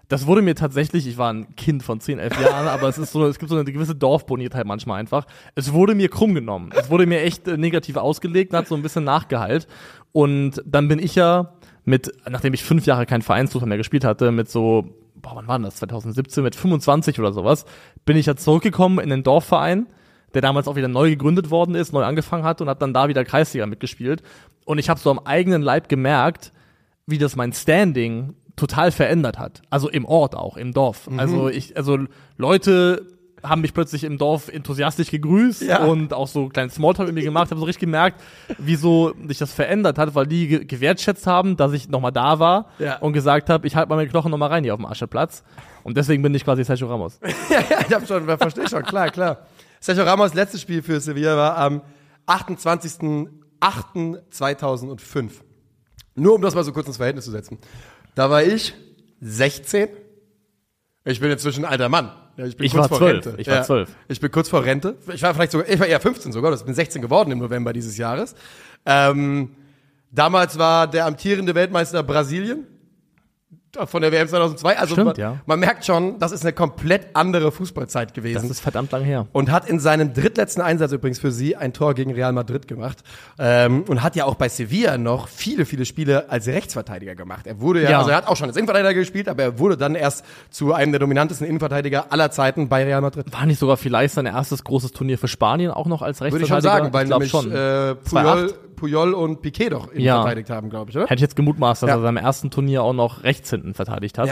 Das wurde mir tatsächlich, ich war ein Kind von zehn, elf Jahren, aber es ist so, es gibt so eine gewisse Dorfboniertheit manchmal einfach. Es wurde mir krumm genommen. Es wurde mir echt äh, negativ ausgelegt und hat so ein bisschen nachgeheilt. Und dann bin ich ja mit, nachdem ich fünf Jahre keinen Vereinsfußball mehr gespielt hatte, mit so, boah, wann war denn das? zwanzig siebzehn, mit fünfundzwanzig oder sowas, bin ich ja zurückgekommen in den Dorfverein, der damals auch wieder neu gegründet worden ist, neu angefangen hat und hat dann da wieder Kreisliga mitgespielt. Und ich habe so am eigenen Leib gemerkt, wie das mein Standing total verändert hat. Also im Ort auch, im Dorf. Mhm. Also ich, also Leute haben mich plötzlich im Dorf enthusiastisch gegrüßt ja. und auch so kleinen Smalltalk mit mir gemacht, habe so richtig gemerkt, wie so sich das verändert hat, weil die ge- gewertschätzt haben, dass ich nochmal da war ja. und gesagt habe, ich halte mal meine Knochen nochmal rein hier auf dem Ascheplatz. Und deswegen bin ich quasi Sergio Ramos. ja, ja, ich hab schon, verstehe schon, klar, klar. Sergio Ramos letztes Spiel für Sevilla war am achtundzwanzigsten achten zweitausendfünf. Nur um das mal so kurz ins Verhältnis zu setzen. Da war ich sechzehn. Ich bin inzwischen ein alter Mann. Ich bin ich kurz war vor zwölf. Rente. Ich war zwölf. Ja, ich bin kurz vor Rente. Ich war vielleicht sogar, ich war eher fünfzehn sogar. Ich bin sechzehn geworden im November dieses Jahres. Ähm, damals war der amtierende Weltmeister Brasilien. Von der W M zweitausendzwei. Also Stimmt, man, ja. man merkt schon, das ist eine komplett andere Fußballzeit gewesen. Das ist verdammt lang her. Und hat in seinem drittletzten Einsatz übrigens für sie ein Tor gegen Real Madrid gemacht. Ähm, und hat ja auch bei Sevilla noch viele, viele Spiele als Rechtsverteidiger gemacht. Er wurde ja, ja. also er hat auch schon als Innenverteidiger gespielt, aber er wurde dann erst zu einem der dominantesten Innenverteidiger aller Zeiten bei Real Madrid. War nicht sogar vielleicht sein erstes großes Turnier für Spanien auch noch als Rechtsverteidiger? Würde ich schon sagen, weil ich glaub nämlich schon. Äh, Puyol, Puyol und Piqué doch ihn ja. verteidigt haben, glaube ich, oder? Hätte ich jetzt gemutmaßt, dass ja. er seinem ersten Turnier auch noch rechts hinten verteidigt hat. Ja.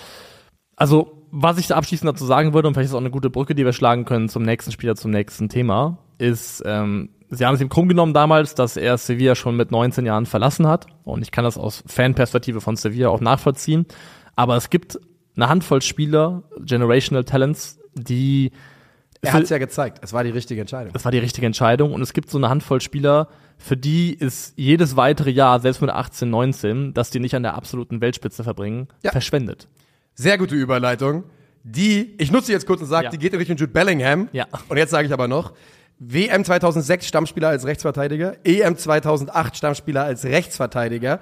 Also, was ich da abschließend dazu sagen würde, und vielleicht ist auch eine gute Brücke, die wir schlagen können zum nächsten Spieler, zum nächsten Thema, ist, ähm, sie haben es ihm krumm genommen damals, dass er Sevilla schon mit neunzehn Jahren verlassen hat. Und ich kann das aus Fanperspektive von Sevilla auch nachvollziehen. Aber es gibt eine Handvoll Spieler, Generational Talents, die... Er hat es ja gezeigt, es war die richtige Entscheidung. Es war die richtige Entscheidung. Und es gibt so eine Handvoll Spieler, für die ist jedes weitere Jahr, selbst mit achtzehn, neunzehn, dass die nicht an der absoluten Weltspitze verbringen, ja. verschwendet. Sehr gute Überleitung. Die, ich nutze sie jetzt kurz und sage, ja. die geht in Richtung Jude Bellingham. Ja. Und jetzt sage ich aber noch, W M zweitausendsechs Stammspieler als Rechtsverteidiger, E M zweitausendacht Stammspieler als Rechtsverteidiger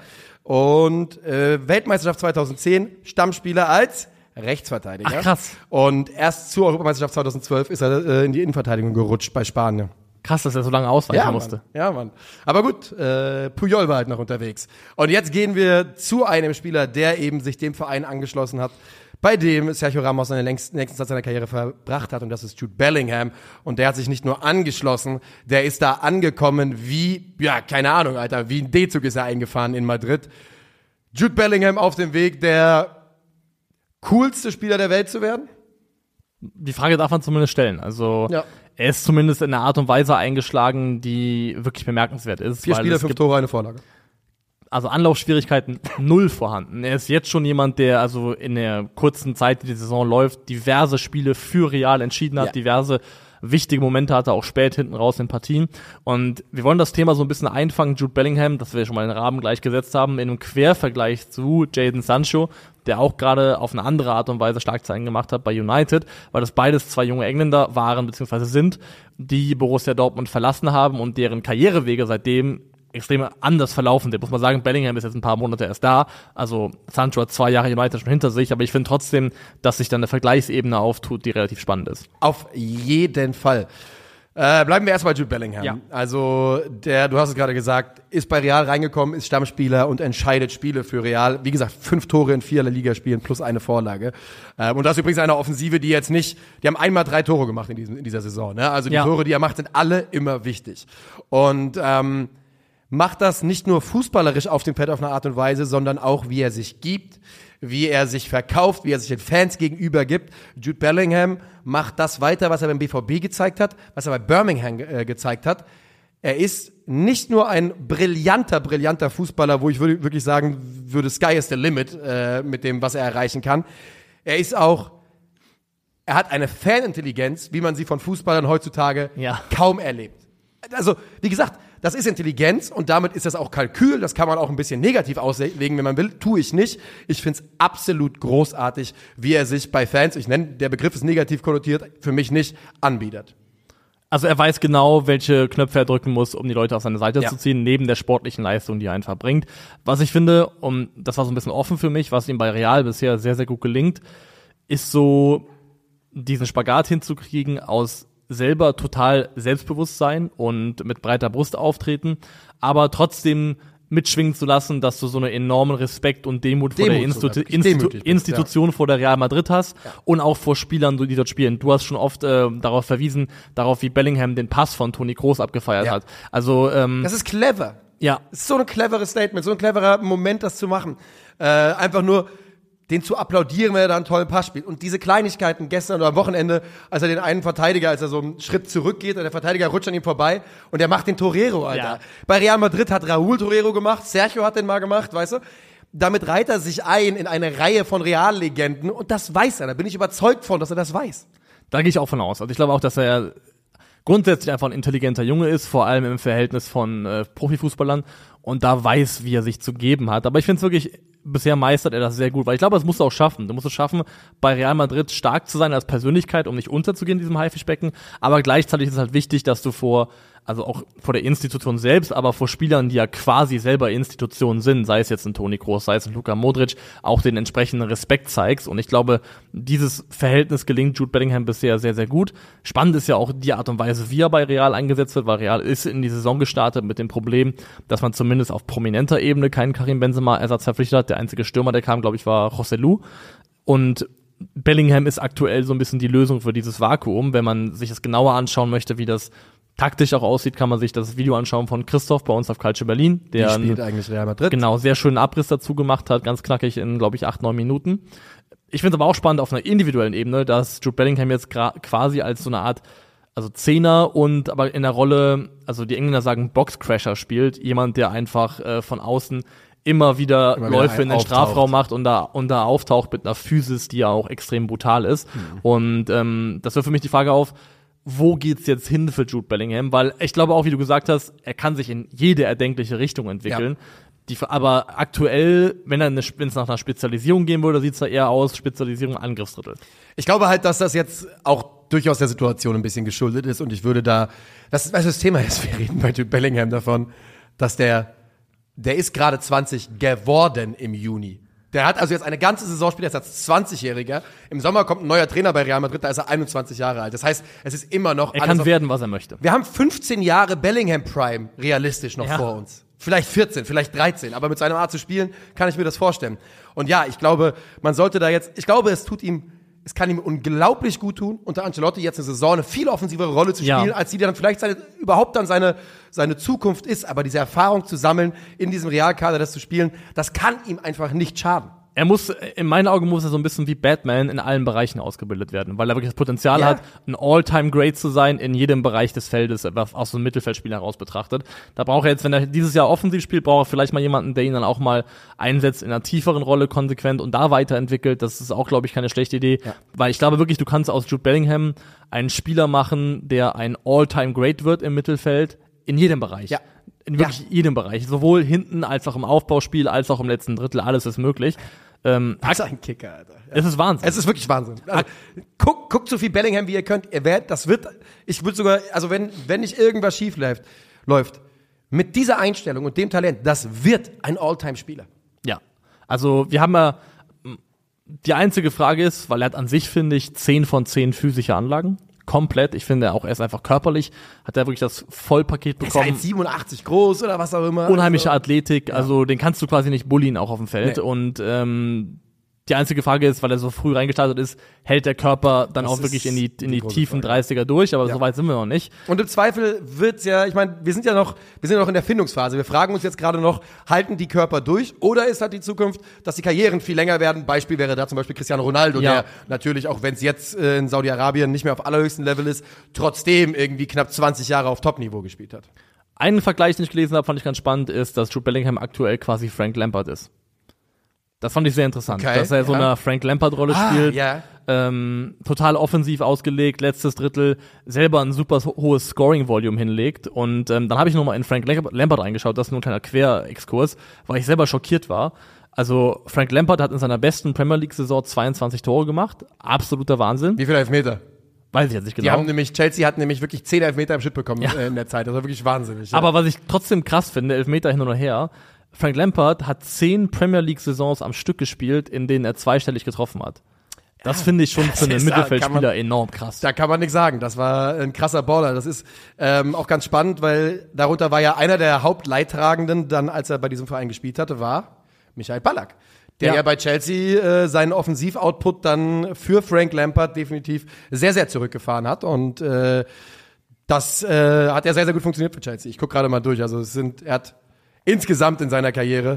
und äh, Weltmeisterschaft zweitausendzehn Stammspieler als Rechtsverteidiger. Ach, krass. Und erst zur Europameisterschaft zweitausendzwölf ist er äh, in die Innenverteidigung gerutscht bei Spanien. Krass, dass er so lange ausweichen ja, musste. Mann. Ja, Mann. Aber gut, äh, Puyol war halt noch unterwegs. Und jetzt gehen wir zu einem Spieler, der eben sich dem Verein angeschlossen hat, bei dem Sergio Ramos seine längsten, längsten Zeit seiner Karriere verbracht hat. Und das ist Jude Bellingham. Und der hat sich nicht nur angeschlossen, der ist da angekommen wie, ja, keine Ahnung, Alter, wie ein D-Zug ist er eingefahren in Madrid. Jude Bellingham auf dem Weg, der coolste Spieler der Welt zu werden? Die Frage darf man zumindest stellen. Also ja. er ist zumindest in einer Art und Weise eingeschlagen, die wirklich bemerkenswert ist. Vier Spiele, fünf Tore, eine Vorlage. Also Anlaufschwierigkeiten null vorhanden. Er ist jetzt schon jemand, der also in der kurzen Zeit, die die Saison läuft, diverse Spiele für Real entschieden hat, ja. diverse wichtige Momente hatte, auch spät hinten raus in Partien. Und wir wollen das Thema so ein bisschen einfangen, Jude Bellingham, dass wir schon mal den Rahmen gleich gesetzt haben, in einem Quervergleich zu Jadon Sancho, der auch gerade auf eine andere Art und Weise Schlagzeilen gemacht hat bei United, weil das beides zwei junge Engländer waren bzw. sind, die Borussia Dortmund verlassen haben und deren Karrierewege seitdem extrem anders verlaufen sind. Muss man sagen, Bellingham ist jetzt ein paar Monate erst da, also Sancho hat zwei Jahre United schon hinter sich, aber ich finde trotzdem, dass sich dann eine Vergleichsebene auftut, die relativ spannend ist. Auf jeden Fall. Äh, bleiben wir erst bei Jude Bellingham. Ja. Also, der, du hast es gerade gesagt, ist bei Real reingekommen, ist Stammspieler und entscheidet Spiele für Real. Wie gesagt, fünf Tore in vier Ligaspielen plus eine Vorlage. Ähm, und das ist übrigens eine Offensive, die jetzt nicht, die haben einmal drei Tore gemacht in, diesem, in dieser Saison. Ne? Also die ja. Tore, die er macht, sind alle immer wichtig. Und ähm, macht das nicht nur fußballerisch auf dem Feld auf eine Art und Weise, sondern auch, wie er sich gibt, wie er sich verkauft, wie er sich den Fans gegenüber gibt. Jude Bellingham macht das weiter, was er beim B V B gezeigt hat, was er bei Birmingham äh, gezeigt hat. Er ist nicht nur ein brillanter, brillanter Fußballer, wo ich würde, wirklich sagen würde, Sky is the limit äh, mit dem, was er erreichen kann. Er ist auch, er hat eine Fanintelligenz, wie man sie von Fußballern heutzutage ja. kaum erlebt. Also, wie gesagt, das ist Intelligenz und damit ist das auch Kalkül. Das kann man auch ein bisschen negativ auslegen, wenn man will. Tue ich nicht. Ich finde es absolut großartig, wie er sich bei Fans, ich nenne, der Begriff ist negativ konnotiert, für mich nicht, anbietet. Also er weiß genau, welche Knöpfe er drücken muss, um die Leute auf seine Seite Ja. zu ziehen, neben der sportlichen Leistung, die er einfach bringt. Was ich finde, und das war so ein bisschen offen für mich, was ihm bei Real bisher sehr, sehr gut gelingt, ist so diesen Spagat hinzukriegen aus selber total Selbstbewusstsein und mit breiter Brust auftreten, aber trotzdem mitschwingen zu lassen, dass du so einen enormen Respekt und Demut, vor Demut der Institu sogar, wirklich Institu demütig bist, Institution vor der Real Madrid hast und auch vor Spielern, die dort spielen. Du hast schon oft äh, darauf verwiesen, darauf, wie Bellingham den Pass von Toni Kroos abgefeiert Ja. hat. Also ähm, Das ist clever. ja, Das ist so ein cleveres Statement, so ein cleverer Moment, das zu machen. Äh, einfach nur den zu applaudieren, wenn er da einen tollen Pass spielt. Und diese Kleinigkeiten gestern oder am Wochenende, als er den einen Verteidiger, als er so einen Schritt zurückgeht und der Verteidiger rutscht an ihm vorbei und er macht den Torero, Alter. Ja. Bei Real Madrid hat Raúl Torero gemacht, Sergio hat den mal gemacht, weißt du? Damit reiht er sich ein in eine Reihe von Reallegenden und das weiß er. Da bin ich überzeugt von, dass er das weiß. da gehe ich auch von aus. Also ich glaube auch, dass er grundsätzlich einfach ein intelligenter Junge ist, vor allem im Verhältnis von äh, Profifußballern und da weiß, wie er sich zu geben hat. Aber ich finde es wirklich, bisher meistert er das sehr gut, weil ich glaube, das musst du auch schaffen. Du musst es schaffen, bei Real Madrid stark zu sein als Persönlichkeit, um nicht unterzugehen in diesem Haifischbecken. Aber gleichzeitig ist es halt wichtig, dass du vor, also auch vor der Institution selbst, aber vor Spielern, die ja quasi selber Institutionen sind, sei es jetzt ein Toni Kroos, sei es ein Luka Modric, auch den entsprechenden Respekt zeigst. Und ich glaube, dieses Verhältnis gelingt Jude Bellingham bisher sehr, sehr gut. Spannend ist ja auch die Art und Weise, wie er bei Real eingesetzt wird, weil Real ist in die Saison gestartet mit dem Problem, dass man zumindest auf prominenter Ebene keinen Karim Benzema-Ersatz verpflichtet hat. Der einzige Stürmer, der kam, glaube ich, war Joselu. Und Bellingham ist aktuell so ein bisschen die Lösung für dieses Vakuum. Wenn man sich das genauer anschauen möchte, wie das taktisch auch aussieht, kann man sich das Video anschauen von Christoph bei uns auf Calcio Berlin, der Die spielt eigentlich Real Madrid. genau sehr schönen Abriss dazu gemacht hat, ganz knackig in, glaube ich, acht, neun Minuten. Ich finde es aber auch spannend auf einer individuellen Ebene, dass Jude Bellingham jetzt gra- quasi als so eine Art, also Zehner und aber in der Rolle, also die Engländer sagen Boxcrasher spielt, jemand, der einfach äh, von außen immer wieder Immer wieder Läufe in den auftaucht. Strafraum macht und da, und da auftaucht mit einer Physis, die ja auch extrem brutal ist. Mhm. Und ähm, das wirft für mich die Frage auf, wo geht's jetzt hin für Jude Bellingham? Weil ich glaube auch, wie du gesagt hast, er kann sich in jede erdenkliche Richtung entwickeln. Die, aber aktuell, wenn er wenn es nach einer Spezialisierung gehen würde, sieht's da eher aus, Spezialisierung Angriffsdrittel. Ich glaube halt, dass das jetzt auch durchaus der Situation ein bisschen geschuldet ist und ich würde da, das, weißt du, das Thema ist, wir reden bei Jude Bellingham davon, dass der, der ist gerade zwanzig geworden im Juni. Der hat also jetzt eine ganze Saison gespielt, er ist als zwanzigjähriger. Im Sommer kommt ein neuer Trainer bei Real Madrid, da ist er einundzwanzig Jahre alt. Das heißt, es ist immer noch Er alles kann auf- werden, was er möchte. Wir haben fünfzehn Jahre Bellingham Prime realistisch noch Ja. vor uns. Vielleicht vierzehn, vielleicht dreizehn, aber mit seiner Art zu spielen kann ich mir das vorstellen. Und ja, ich glaube, man sollte da jetzt, ich glaube, es tut ihm, es kann ihm unglaublich gut tun, unter Ancelotti jetzt eine Saison eine viel offensivere Rolle zu Ja. spielen, als die dann vielleicht seine, überhaupt dann seine, seine Zukunft ist. Aber diese Erfahrung zu sammeln, in diesem Realkader das zu spielen, das kann ihm einfach nicht schaden. Er muss, in meinen Augen muss er so ein bisschen wie Batman in allen Bereichen ausgebildet werden, weil er wirklich das Potenzial Ja. hat, ein All-Time-Great zu sein in jedem Bereich des Feldes, aus so einem Mittelfeldspiel heraus betrachtet. Da braucht er jetzt, wenn er dieses Jahr offensiv spielt, braucht er vielleicht mal jemanden, der ihn dann auch mal einsetzt in einer tieferen Rolle konsequent und da weiterentwickelt. Das ist auch, glaube ich, keine schlechte Idee, Ja. weil ich glaube wirklich, du kannst aus Jude Bellingham einen Spieler machen, der ein All-Time-Great wird im Mittelfeld, in jedem Bereich. Ja. In wirklich jedem Bereich. Sowohl hinten als auch im Aufbauspiel, als auch im letzten Drittel. Alles ist möglich. Ähm, Das ist ein Kicker, Alter. Ja. es ist Wahnsinn. Es ist wirklich Wahnsinn. Also, guckt, guckt so viel Bellingham, wie ihr könnt. Ihr werdet, das wird, ich würde sogar, also wenn, wenn nicht irgendwas schief läuft, läuft, mit dieser Einstellung und dem Talent, das wird ein All-Time-Spieler. Ja. Also, wir haben ja, die einzige Frage ist, weil er hat an sich, finde ich, zehn von zehn physische Anlagen. Komplett. Ich finde auch, er ist einfach körperlich, hat er wirklich das Vollpaket Ist er bekommen. eins Komma siebenundachtzig groß oder was auch immer. Unheimliche Also, Athletik, also den kannst du quasi nicht bullien auch auf dem Feld. Nee. Und ähm, die einzige Frage ist, weil er so früh reingestartet ist, hält der Körper dann Das auch wirklich ist in die, in die die große tiefen Frage. dreißiger durch, aber Ja. so weit sind wir noch nicht. Und im Zweifel wird's ja, ich meine, wir sind ja noch, wir sind ja noch in der Findungsphase. Wir fragen uns jetzt gerade noch, halten die Körper durch oder ist halt die Zukunft, dass die Karrieren viel länger werden? Beispiel wäre da zum Beispiel Cristiano Ronaldo, Ja. der natürlich, auch wenn es jetzt äh, in Saudi-Arabien nicht mehr auf allerhöchstem Level ist, trotzdem irgendwie knapp zwanzig Jahre auf Top-Niveau gespielt hat. Einen Vergleich, den ich gelesen habe, fand ich ganz spannend, ist, dass Jude Bellingham aktuell quasi Frank Lampard ist. Das fand ich sehr interessant, Okay, dass er so ja. eine Frank Lampard-Rolle spielt. ja. Ähm, total offensiv ausgelegt, letztes Drittel, selber ein super ho- hohes Scoring-Volume hinlegt. Und ähm, dann habe ich nochmal in Frank Lamp- Lampard reingeschaut, das ist nur ein kleiner Querexkurs, weil ich selber schockiert war. Also Frank Lampard hat in seiner besten Premier League-Saison zweiundzwanzig Tore gemacht, absoluter Wahnsinn. Wie viele Elfmeter? Weiß ich jetzt nicht genau. Die haben nämlich, Chelsea hat nämlich wirklich zehn Elfmeter im Schnitt bekommen Ja. äh, in der Zeit. Das war wirklich wahnsinnig. Ja. Aber was ich trotzdem krass finde, Elfmeter hin und her, Frank Lampard hat zehn Premier League-Saisons am Stück gespielt, in denen er zweistellig getroffen hat. Das finde ich schon für einen ist- Mittelfeldspieler kann man- enorm krass. Da kann man nichts sagen. Das war ein krasser Baller. Das ist ähm, auch ganz spannend, weil darunter war ja einer der Hauptleidtragenden, dann als er bei diesem Verein gespielt hatte, war Michael Ballack. Der ja, Ja. bei Chelsea äh, seinen Offensivoutput dann für Frank Lampard definitiv sehr, sehr zurückgefahren hat. Und äh, das äh, hat ja sehr, sehr gut funktioniert für Chelsea. Ich gucke gerade mal durch. Also es sind, er hat insgesamt in seiner Karriere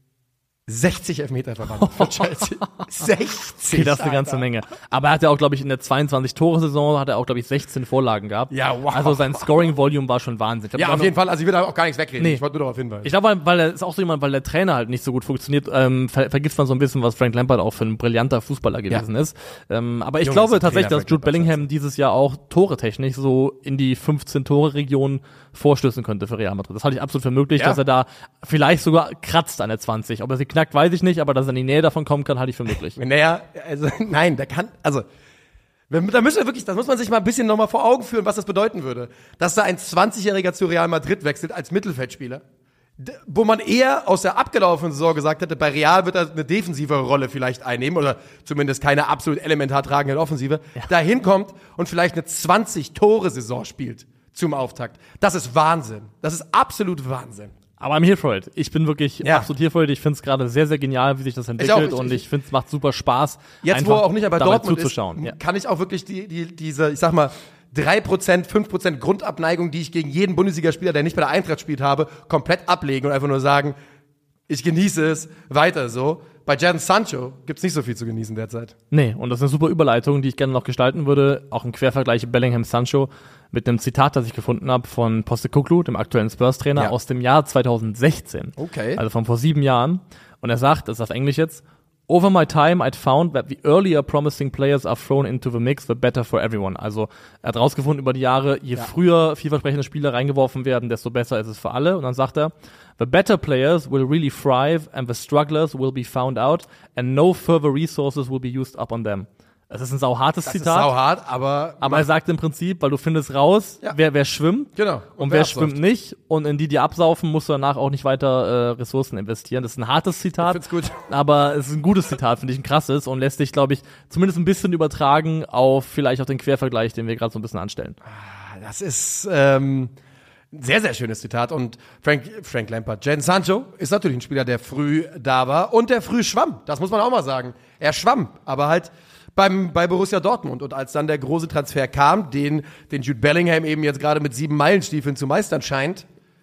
sechzig Elfmeter verwandt für Chelsea. sechzig. Okay, das ist eine ganze Alter. Menge. Aber er hat ja auch, glaube ich, in der zweiundzwanzig-Tore-Saison hat er auch, glaube ich, sechzehn Vorlagen gehabt. Ja, wow. Also sein Scoring-Volume war schon Wahnsinn. Ich glaub, Ja, war auf noch- jeden Fall. Also ich will da auch gar nichts wegreden. Nee. Ich wollte nur darauf hinweisen. Ich glaube, weil, weil er ist auch so jemand, weil der Trainer halt nicht so gut funktioniert, ähm, ver vergisst man so ein bisschen, was Frank Lampard auch für ein brillanter Fußballer gewesen ist. Ähm, aber ich Junge, ist glaube ein tatsächlich, Trainer, dass Frank Jude Lampard, Bellingham dieses Jahr auch Tore-technisch so in die fünfzehn-Tore-Region vorstößen könnte für Real Madrid. Das halte ich absolut für möglich, Ja. dass er da vielleicht sogar kratzt an der zwanzig. Ob er sie knackt, weiß ich nicht, aber dass er in die Nähe davon kommen kann, halte ich für möglich. Naja, also nein, der kann, also wir- da müssen wir wirklich, das muss man sich mal ein bisschen nochmal vor Augen führen, was das bedeuten würde. Dass da ein zwanzigjähriger zu Real Madrid wechselt als Mittelfeldspieler, d- wo man eher aus der abgelaufenen Saison gesagt hätte, bei Real wird er eine defensive Rolle vielleicht einnehmen oder zumindest keine absolut elementar tragende Offensive, dahin kommt und vielleicht eine zwanzig-Tore-Saison spielt zum Auftakt. Das ist Wahnsinn. Das ist absolut Wahnsinn. Aber I'm here for it. Ich bin wirklich Ja. absolut here for it. Ich finde es gerade sehr, sehr genial, wie sich das entwickelt. Ich- und ich- ich finde, es macht super Spaß, Jetzt, wo einfach er auch nicht mehr bei dabei Dortmund zuzuschauen. ist, Ja. kann ich auch wirklich die, die, diese, ich sag mal, drei Prozent, fünf Prozent Grundabneigung, die ich gegen jeden Bundesligaspieler, der nicht bei der Eintracht spielt, habe, komplett ablegen und einfach nur sagen, ich genieße es, weiter so. Bei Jadon Sancho gibt's nicht so viel zu genießen derzeit. Nee, und das ist eine super Überleitung, die ich gerne noch gestalten würde. Auch im Quervergleich Bellingham-Sancho mit einem Zitat, das ich gefunden habe von Postecoglou, dem aktuellen Spurs-Trainer, Ja. aus dem Jahr zweitausendsechzehn. Okay. Also von vor sieben Jahren. Und er sagt, das ist auf Englisch jetzt, Over my time, I'd found that the earlier promising players are thrown into the mix, the better for everyone. Also er hat rausgefunden über die Jahre, je Ja. früher vielversprechende Spieler reingeworfen werden, desto besser ist es für alle. Und dann sagt er, the better players will really thrive and the strugglers will be found out and no further resources will be used up on them. Das ist ein sauhartes Das ist Zitat. sauhart, aber, Aber er sagt im Prinzip, weil du findest raus, Ja. wer, wer schwimmt Genau. und, Und wer wer schwimmt absäuft. nicht. Und in die, die absaufen, musst du danach auch nicht weiter äh, Ressourcen investieren. Das ist ein hartes Zitat, Ich find's gut. aber es ist ein gutes Zitat, finde ich, ein krasses und lässt sich, glaube ich, zumindest ein bisschen übertragen auf vielleicht auch den Quervergleich, den wir gerade so ein bisschen anstellen. das ist ähm, ein sehr, sehr schönes Zitat. Und Frank, Frank Lampard, Jadon Sancho ist natürlich ein Spieler, der früh da war und der früh schwamm. Das muss man auch mal sagen. Er schwamm, aber halt beim, bei Borussia Dortmund. Und als dann der große Transfer kam, den, den Jude Bellingham eben jetzt gerade mit sieben Meilenstiefeln zu meistern scheint,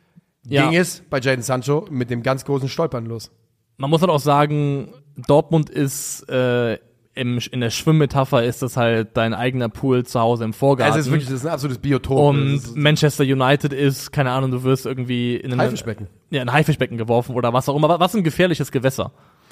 Ja. ging es bei Jadon Sancho mit dem ganz großen Stolpern los. Man muss halt auch sagen, Dortmund ist äh, im, in der Schwimmmetapher ist das halt dein eigener Pool zu Hause im Vorgarten. Also es ist wirklich, das ist ein absolutes Biotop. Und Das ist, Manchester United ist, keine Ahnung, du wirst irgendwie in ein Haifischbecken. Ja, in ein Haifischbecken geworfen oder was auch immer. Was ein gefährliches Gewässer.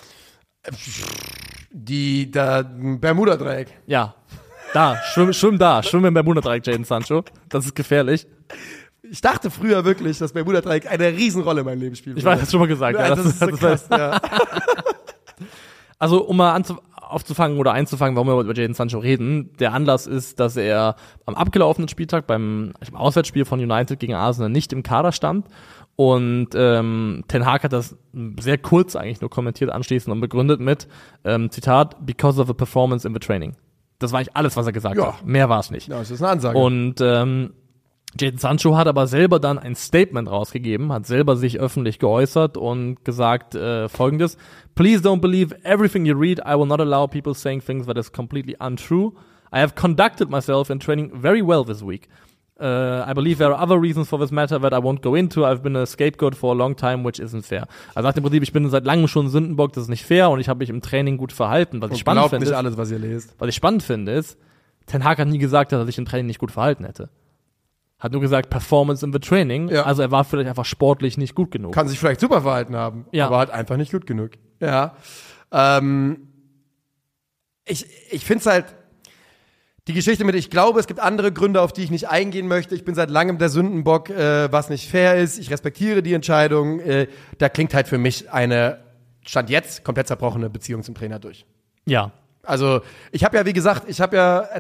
die, da, Bermuda-Dreieck. Ja. Da, schwimm, schwimm da, schwimm im Bermuda-Dreieck, Jadon Sancho. Das ist gefährlich. Ich dachte früher wirklich, dass Bermuda-Dreieck eine Riesenrolle in meinem Leben spielt. Ich weiß, das schon mal gesagt. Ja, Ja, das, das ist so das, krass, ja. Also, um mal anzu aufzufangen oder einzufangen, warum wir über Jadon Sancho reden. Der Anlass ist, dass er am abgelaufenen Spieltag beim Auswärtsspiel von United gegen Arsenal nicht im Kader stand. Und ähm, Ten Hag hat das sehr kurz eigentlich nur kommentiert anschließend und begründet mit, ähm, Zitat, because of the performance in the training. Das war eigentlich alles, was er gesagt Ja. hat. Mehr war es nicht. Ja, das ist eine Ansage. Und ähm, Jadon Sancho hat aber selber dann ein Statement rausgegeben, hat selber sich öffentlich geäußert und gesagt äh, Folgendes: Please don't believe everything you read. I will not allow people saying things that is completely untrue. I have conducted myself in training very well this week. Uh, I believe there are other reasons for this matter that I won't go into. I've been a scapegoat for a long time, which isn't fair. Er sagt im Prinzip, ich bin seit langem schon ein Sündenbock, das ist nicht fair und ich habe mich im Training gut verhalten. Was ich Und spannend glaubt finde, nicht ist, alles, was ihr lest. was ich spannend finde, ist, Ten Hag hat nie gesagt, dass er sich im Training nicht gut verhalten hätte. Hat nur gesagt, Performance in the Training. Ja. Also er war vielleicht einfach sportlich nicht gut genug. Kann sich vielleicht super verhalten haben, Ja. aber halt einfach nicht gut genug. Ja. Ähm, ich ich finde es halt, die Geschichte mit, ich glaube, es gibt andere Gründe, auf die ich nicht eingehen möchte. Ich bin seit langem der Sündenbock, äh, was nicht fair ist. Ich respektiere die Entscheidung. Äh, da klingt halt für mich eine, Stand jetzt, komplett zerbrochene Beziehung zum Trainer durch. Ja. Also ich habe ja, wie gesagt, ich habe ja erz-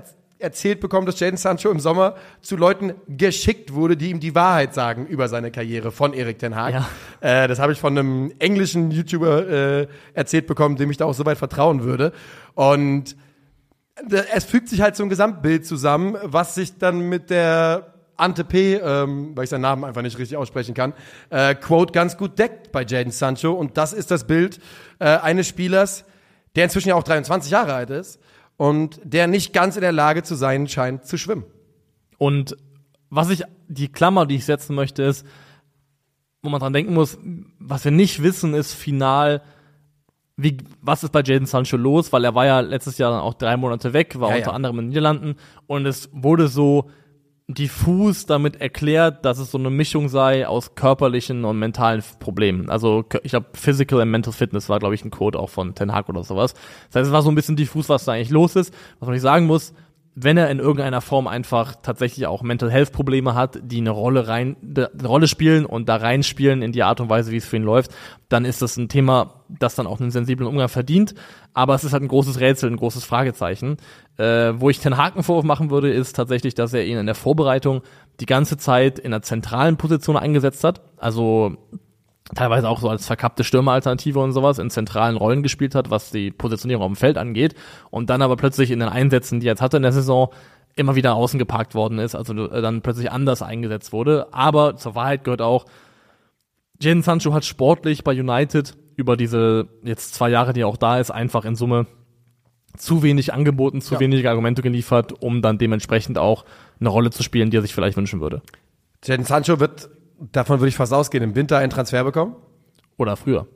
erzählt bekommen, dass Jadon Sancho im Sommer zu Leuten geschickt wurde, die ihm die Wahrheit sagen über seine Karriere von Erik ten Hag. Ja. Äh, das habe ich von einem englischen YouTuber äh, erzählt bekommen, dem ich da auch soweit vertrauen würde. Und es fügt sich halt so ein Gesamtbild zusammen, was sich dann mit der Ante P., ähm, weil ich seinen Namen einfach nicht richtig aussprechen kann, äh, Quote ganz gut deckt bei Jadon Sancho. Und das ist das Bild äh, eines Spielers, der inzwischen ja auch dreiundzwanzig Jahre alt ist und der nicht ganz in der Lage zu sein scheint, zu schwimmen. Und was ich, die Klammer, die ich setzen möchte, ist, wo man dran denken muss, was wir nicht wissen, ist final, wie, was ist bei Jadon Sancho los, weil er war ja letztes Jahr dann auch drei Monate weg, war ja, unter ja. anderem in den Niederlanden und es wurde so diffus damit erklärt, dass es so eine Mischung sei aus körperlichen und mentalen Problemen. Also ich glaube, Physical and Mental Fitness war, glaube ich, ein Code auch von Ten Hag oder sowas. Das heißt, es war so ein bisschen diffus, was da eigentlich los ist. Was man nicht sagen muss, wenn er in irgendeiner Form einfach tatsächlich auch Mental Health Probleme hat, die eine Rolle rein, eine Rolle spielen und da reinspielen in die Art und Weise, wie es für ihn läuft, dann ist das ein Thema, das dann auch einen sensiblen Umgang verdient. Aber es ist halt ein großes Rätsel, ein großes Fragezeichen. Äh, wo ich Ten Hag einen Vorwurf machen würde, ist tatsächlich, dass er ihn in der Vorbereitung die ganze Zeit in einer zentralen Position eingesetzt hat. Also teilweise auch so als verkappte Stürmeralternative und sowas in zentralen Rollen gespielt hat, was die Positionierung auf dem Feld angeht. Und dann aber plötzlich in den Einsätzen, die er jetzt hatte in der Saison, immer wieder außen geparkt worden ist, also dann plötzlich anders eingesetzt wurde. Aber zur Wahrheit gehört auch, Jadon Sancho hat sportlich bei United über diese jetzt zwei Jahre, die er auch da ist, einfach in Summe zu wenig angeboten, zu ja. wenige Argumente geliefert, um dann dementsprechend auch eine Rolle zu spielen, die er sich vielleicht wünschen würde. Jadon Sancho wird, davon würde ich fast ausgehen, im Winter einen Transfer bekommen. Oder früher.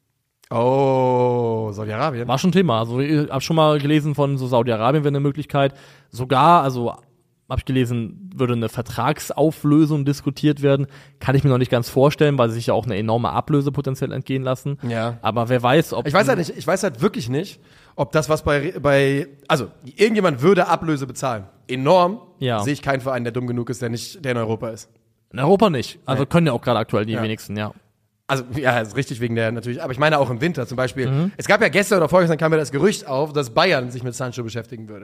Oh, Saudi-Arabien. War schon Thema. Also ich habe schon mal gelesen von so Saudi-Arabien wäre eine Möglichkeit. Sogar, also habe ich gelesen, würde eine Vertragsauflösung diskutiert werden. Kann ich mir noch nicht ganz vorstellen, weil sie sich ja auch eine enorme Ablöse potenziell entgehen lassen. Ja. Aber wer weiß, ob... Ich weiß halt nicht, ich weiß halt wirklich nicht, ob das, was bei, bei also irgendjemand würde Ablöse bezahlen. Enorm. Ja. Sehe ich keinen Verein, der dumm genug ist, der nicht, der in Europa ist. In Europa nicht. Also Nee. können ja auch gerade aktuell die Ja. wenigsten, ja. Also, ja, ist richtig wegen der natürlich, aber ich meine auch im Winter zum Beispiel. Mhm. Es gab ja gestern oder vorgestern kam ja das Gerücht auf, dass Bayern sich mit Sancho beschäftigen würde.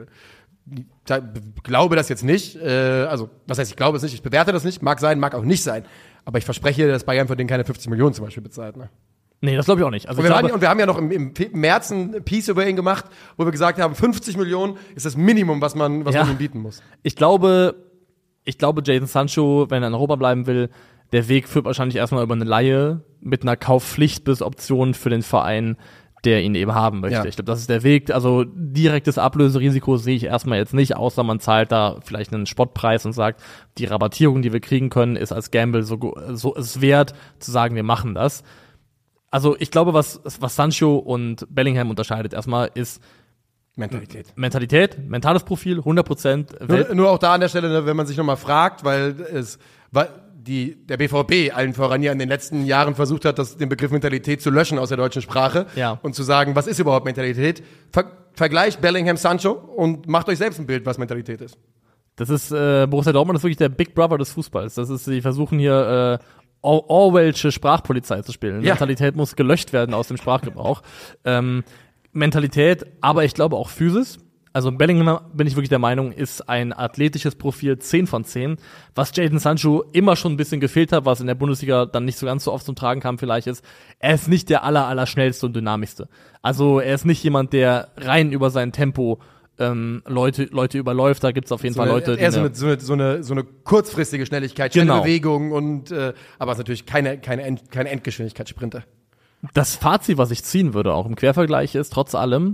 Ich glaube das jetzt nicht, äh, also, was heißt, ich glaube es nicht, ich bewerte das nicht, mag sein, mag auch nicht sein. Aber ich verspreche dir, dass Bayern für den keine fünfzig Millionen zum Beispiel bezahlt, ne? Nee, das glaube ich auch nicht. Also Und ich wir, glaube, waren, und wir haben ja noch im, im März ein Piece über ihn gemacht, wo wir gesagt haben, fünfzig Millionen ist das Minimum, was man, was Ja. man ihm bieten muss. ich glaube, ich glaube, Jadon Sancho, wenn er in Europa bleiben will, der Weg führt wahrscheinlich erstmal über eine Leihe mit einer Kaufpflicht bis Option für den Verein, der ihn eben haben möchte. Ja. Ich glaube, das ist der Weg. Also direktes Ablöserisiko sehe ich erstmal jetzt nicht, außer man zahlt da vielleicht einen Spottpreis und sagt, die Rabattierung, die wir kriegen können, ist als Gamble so, go- so ist wert, zu sagen, wir machen das. Also ich glaube, was, was Sancho und Bellingham unterscheidet erstmal ist Mentalität. Mentalität, mentales Profil, hundert Prozent. Nur, nur auch da an der Stelle, ne, wenn man sich nochmal fragt, weil es, weil die, der B V B allen voran ja in den letzten Jahren versucht hat, das, den Begriff Mentalität zu löschen aus der deutschen Sprache Ja. und zu sagen, was ist überhaupt Mentalität? Ver Vergleicht Bellingham Sancho und macht euch selbst ein Bild, was Mentalität ist. Das ist, äh, Borussia Dortmund ist wirklich der Big Brother des Fußballs. Das ist, sie versuchen hier, äh, Or- Orwellsche Sprachpolizei zu spielen. Ja. Mentalität muss gelöscht werden aus dem Sprachgebrauch. ähm, Mentalität, aber ich glaube auch Physis. Also Bellingham, bin ich wirklich der Meinung, ist ein athletisches Profil zehn von zehn. Was Jadon Sancho immer schon ein bisschen gefehlt hat, was in der Bundesliga dann nicht so ganz so oft zum Tragen kam vielleicht ist, er ist nicht der aller, aller schnellste und dynamischste. Also er ist nicht jemand, der rein über sein Tempo ähm, Leute, Leute überläuft. Da gibt's auf jeden So Fall eine, Leute, die eher so eine- eine, so, eine, so, eine, so eine kurzfristige Schnelligkeit, schnelle Genau. Bewegung und äh, aber es ist natürlich keine, keine, End, keine Endgeschwindigkeitssprinter. Das Fazit, was ich ziehen würde, auch im Quervergleich, ist trotz allem,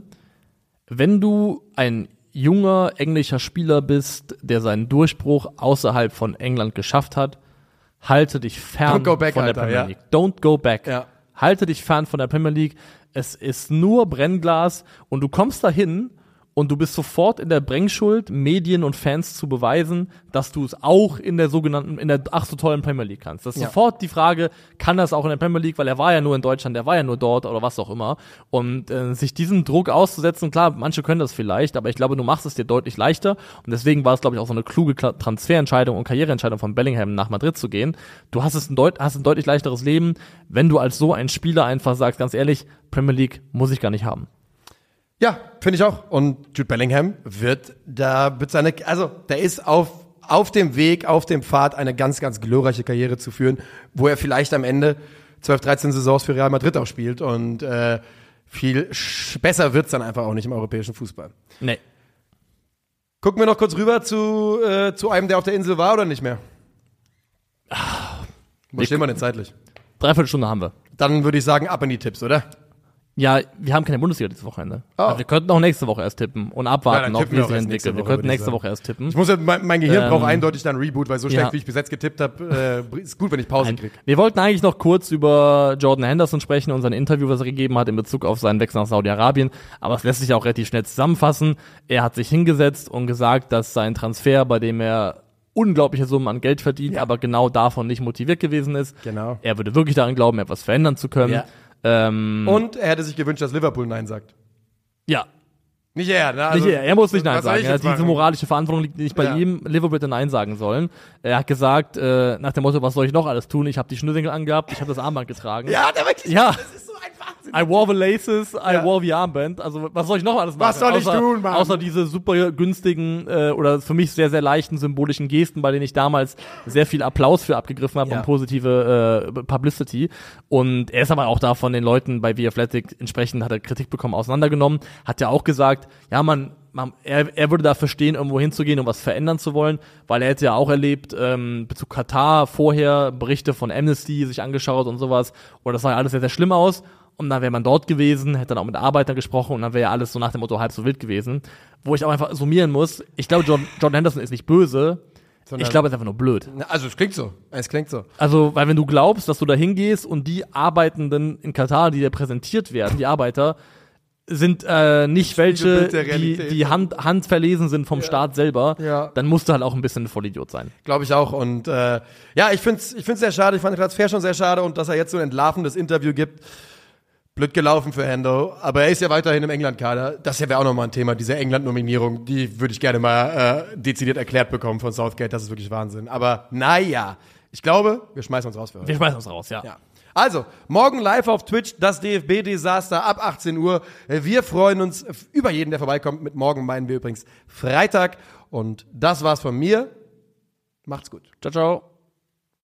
wenn du ein junger englischer Spieler bist, der seinen Durchbruch außerhalb von England geschafft hat, halte dich fern Don't go back, von der Alter, Premier ja. League. Don't go back. Ja. Halte dich fern von der Premier League. Es ist nur Brennglas und du kommst dahin und du bist sofort in der Bringschuld, Medien und Fans zu beweisen, dass du es auch in der sogenannten, in der ach so tollen Premier League kannst. Das ist Ja. sofort die Frage, kann das auch in der Premier League, weil er war ja nur in Deutschland, er war ja nur dort oder was auch immer. Und äh, sich diesem Druck auszusetzen, klar, manche können das vielleicht, aber ich glaube, du machst es dir deutlich leichter. Und deswegen war es, glaube ich, auch so eine kluge Kla- Transferentscheidung und Karriereentscheidung von Bellingham nach Madrid zu gehen. Du hast es ein, deut- hast ein deutlich leichteres Leben, wenn du als so ein Spieler einfach sagst, ganz ehrlich, Premier League muss ich gar nicht haben. Ja, finde ich auch. Und Jude Bellingham wird da, wird seine, also der ist auf, auf dem Weg, auf dem Pfad, eine ganz, ganz glorreiche Karriere zu führen, wo er vielleicht am Ende zwölf, dreizehn Saisons für Real Madrid auch spielt und äh, viel sch- besser wird's dann einfach auch nicht im europäischen Fußball. Nee. Gucken wir noch kurz rüber zu, äh, zu einem, der auf der Insel war oder nicht mehr? Wo stehen wir denn zeitlich? Dreiviertel Stunde haben wir. Dann würde ich sagen, ab in die Tipps, oder? Ja, wir haben keine Bundesliga dieses Wochenende. Oh. Also wir könnten auch nächste Woche erst tippen und abwarten, Ja, dann ob tippen wie wir es auch sich erst nächste entwickelt. Wir Woche, könnten würde ich nächste sagen. Woche erst tippen. Ich muss ja, mein, mein Gehirn Ähm, braucht eindeutig dann ein Reboot, weil so schlecht, ja. wie ich bis jetzt getippt habe, äh, ist gut, wenn ich Pause Nein. kriege. Wir wollten eigentlich noch kurz über Jordan Henderson sprechen und sein Interview, was er gegeben hat in Bezug auf seinen Wechsel nach Saudi-Arabien. Aber es lässt sich auch relativ schnell zusammenfassen. Er hat sich hingesetzt und gesagt, dass sein Transfer, bei dem er unglaubliche Summen an Geld verdient, Ja. aber genau davon nicht motiviert gewesen ist. Genau. Er würde wirklich daran glauben, etwas verändern zu können. Ja. Ähm, Und er hätte sich gewünscht, dass Liverpool Nein sagt. ja, Nicht er, ne? Also, nicht er, er muss nicht Nein was soll sagen. ich Ja, jetzt diese machen? moralische Verantwortung liegt nicht bei Ja. ihm. Liverpool hätte Nein sagen sollen. Er hat gesagt, äh, nach dem Motto, was soll ich noch alles tun? Ich habe die Schnürsenkel angehabt, ich habe das Armband getragen. Ja, der wirklich. Ja. Das ist so ein Wahnsinn. I wore the laces, I Ja. wore the armband. Also was soll ich noch alles machen? Was soll ich außer, tun, Mann? Außer diese super günstigen äh, oder für mich sehr, sehr leichten symbolischen Gesten, bei denen ich damals sehr viel Applaus für abgegriffen habe Ja. und positive äh, Publicity. Und er ist aber auch da von den Leuten bei The Athletic, entsprechend hat er Kritik bekommen, auseinandergenommen. Hat ja auch gesagt, ja man, man er, er würde dafür stehen, irgendwo hinzugehen, um was verändern zu wollen, weil er hätte ja auch erlebt, ähm, zu Katar vorher Berichte von Amnesty sich angeschaut und sowas. Und das sah ja alles sehr, sehr schlimm aus. Und dann wäre man dort gewesen, hätte dann auch mit Arbeitern gesprochen und dann wäre ja alles so nach dem Motto halb so wild gewesen. Wo ich auch einfach summieren muss, ich glaube, Jordan, Jordan Henderson ist nicht böse, Sondern- ich glaube, er ist einfach nur blöd. Also, es klingt so. Es klingt so. Also, weil wenn du glaubst, dass du da hingehst und die Arbeitenden in Katar, die dir präsentiert werden, die Arbeiter, sind äh, nicht welche, Spiegelbild der die, Realität. die Hand, handverlesen sind vom Staat selber, Ja. dann musst du halt auch ein bisschen ein Vollidiot sein. Glaube ich auch. Und äh, ja, ich finde es ich find's sehr schade. Ich fand den Transfer schon sehr schade und dass er jetzt so ein entlarvendes Interview gibt. Blöd gelaufen für Hendo, aber er ist ja weiterhin im England-Kader. Das wäre auch nochmal ein Thema, diese England-Nominierung. Die würde ich gerne mal äh, dezidiert erklärt bekommen von Southgate. Das ist wirklich Wahnsinn. Aber naja, ich glaube, wir schmeißen uns raus für heute. Wir schmeißen uns raus, ja. Ja. Also, morgen live auf Twitch, das D F B-Desaster ab achtzehn Uhr. Wir freuen uns über jeden, der vorbeikommt. Mit morgen meinen wir übrigens Freitag. Und das war's von mir. Macht's gut. Ciao, ciao.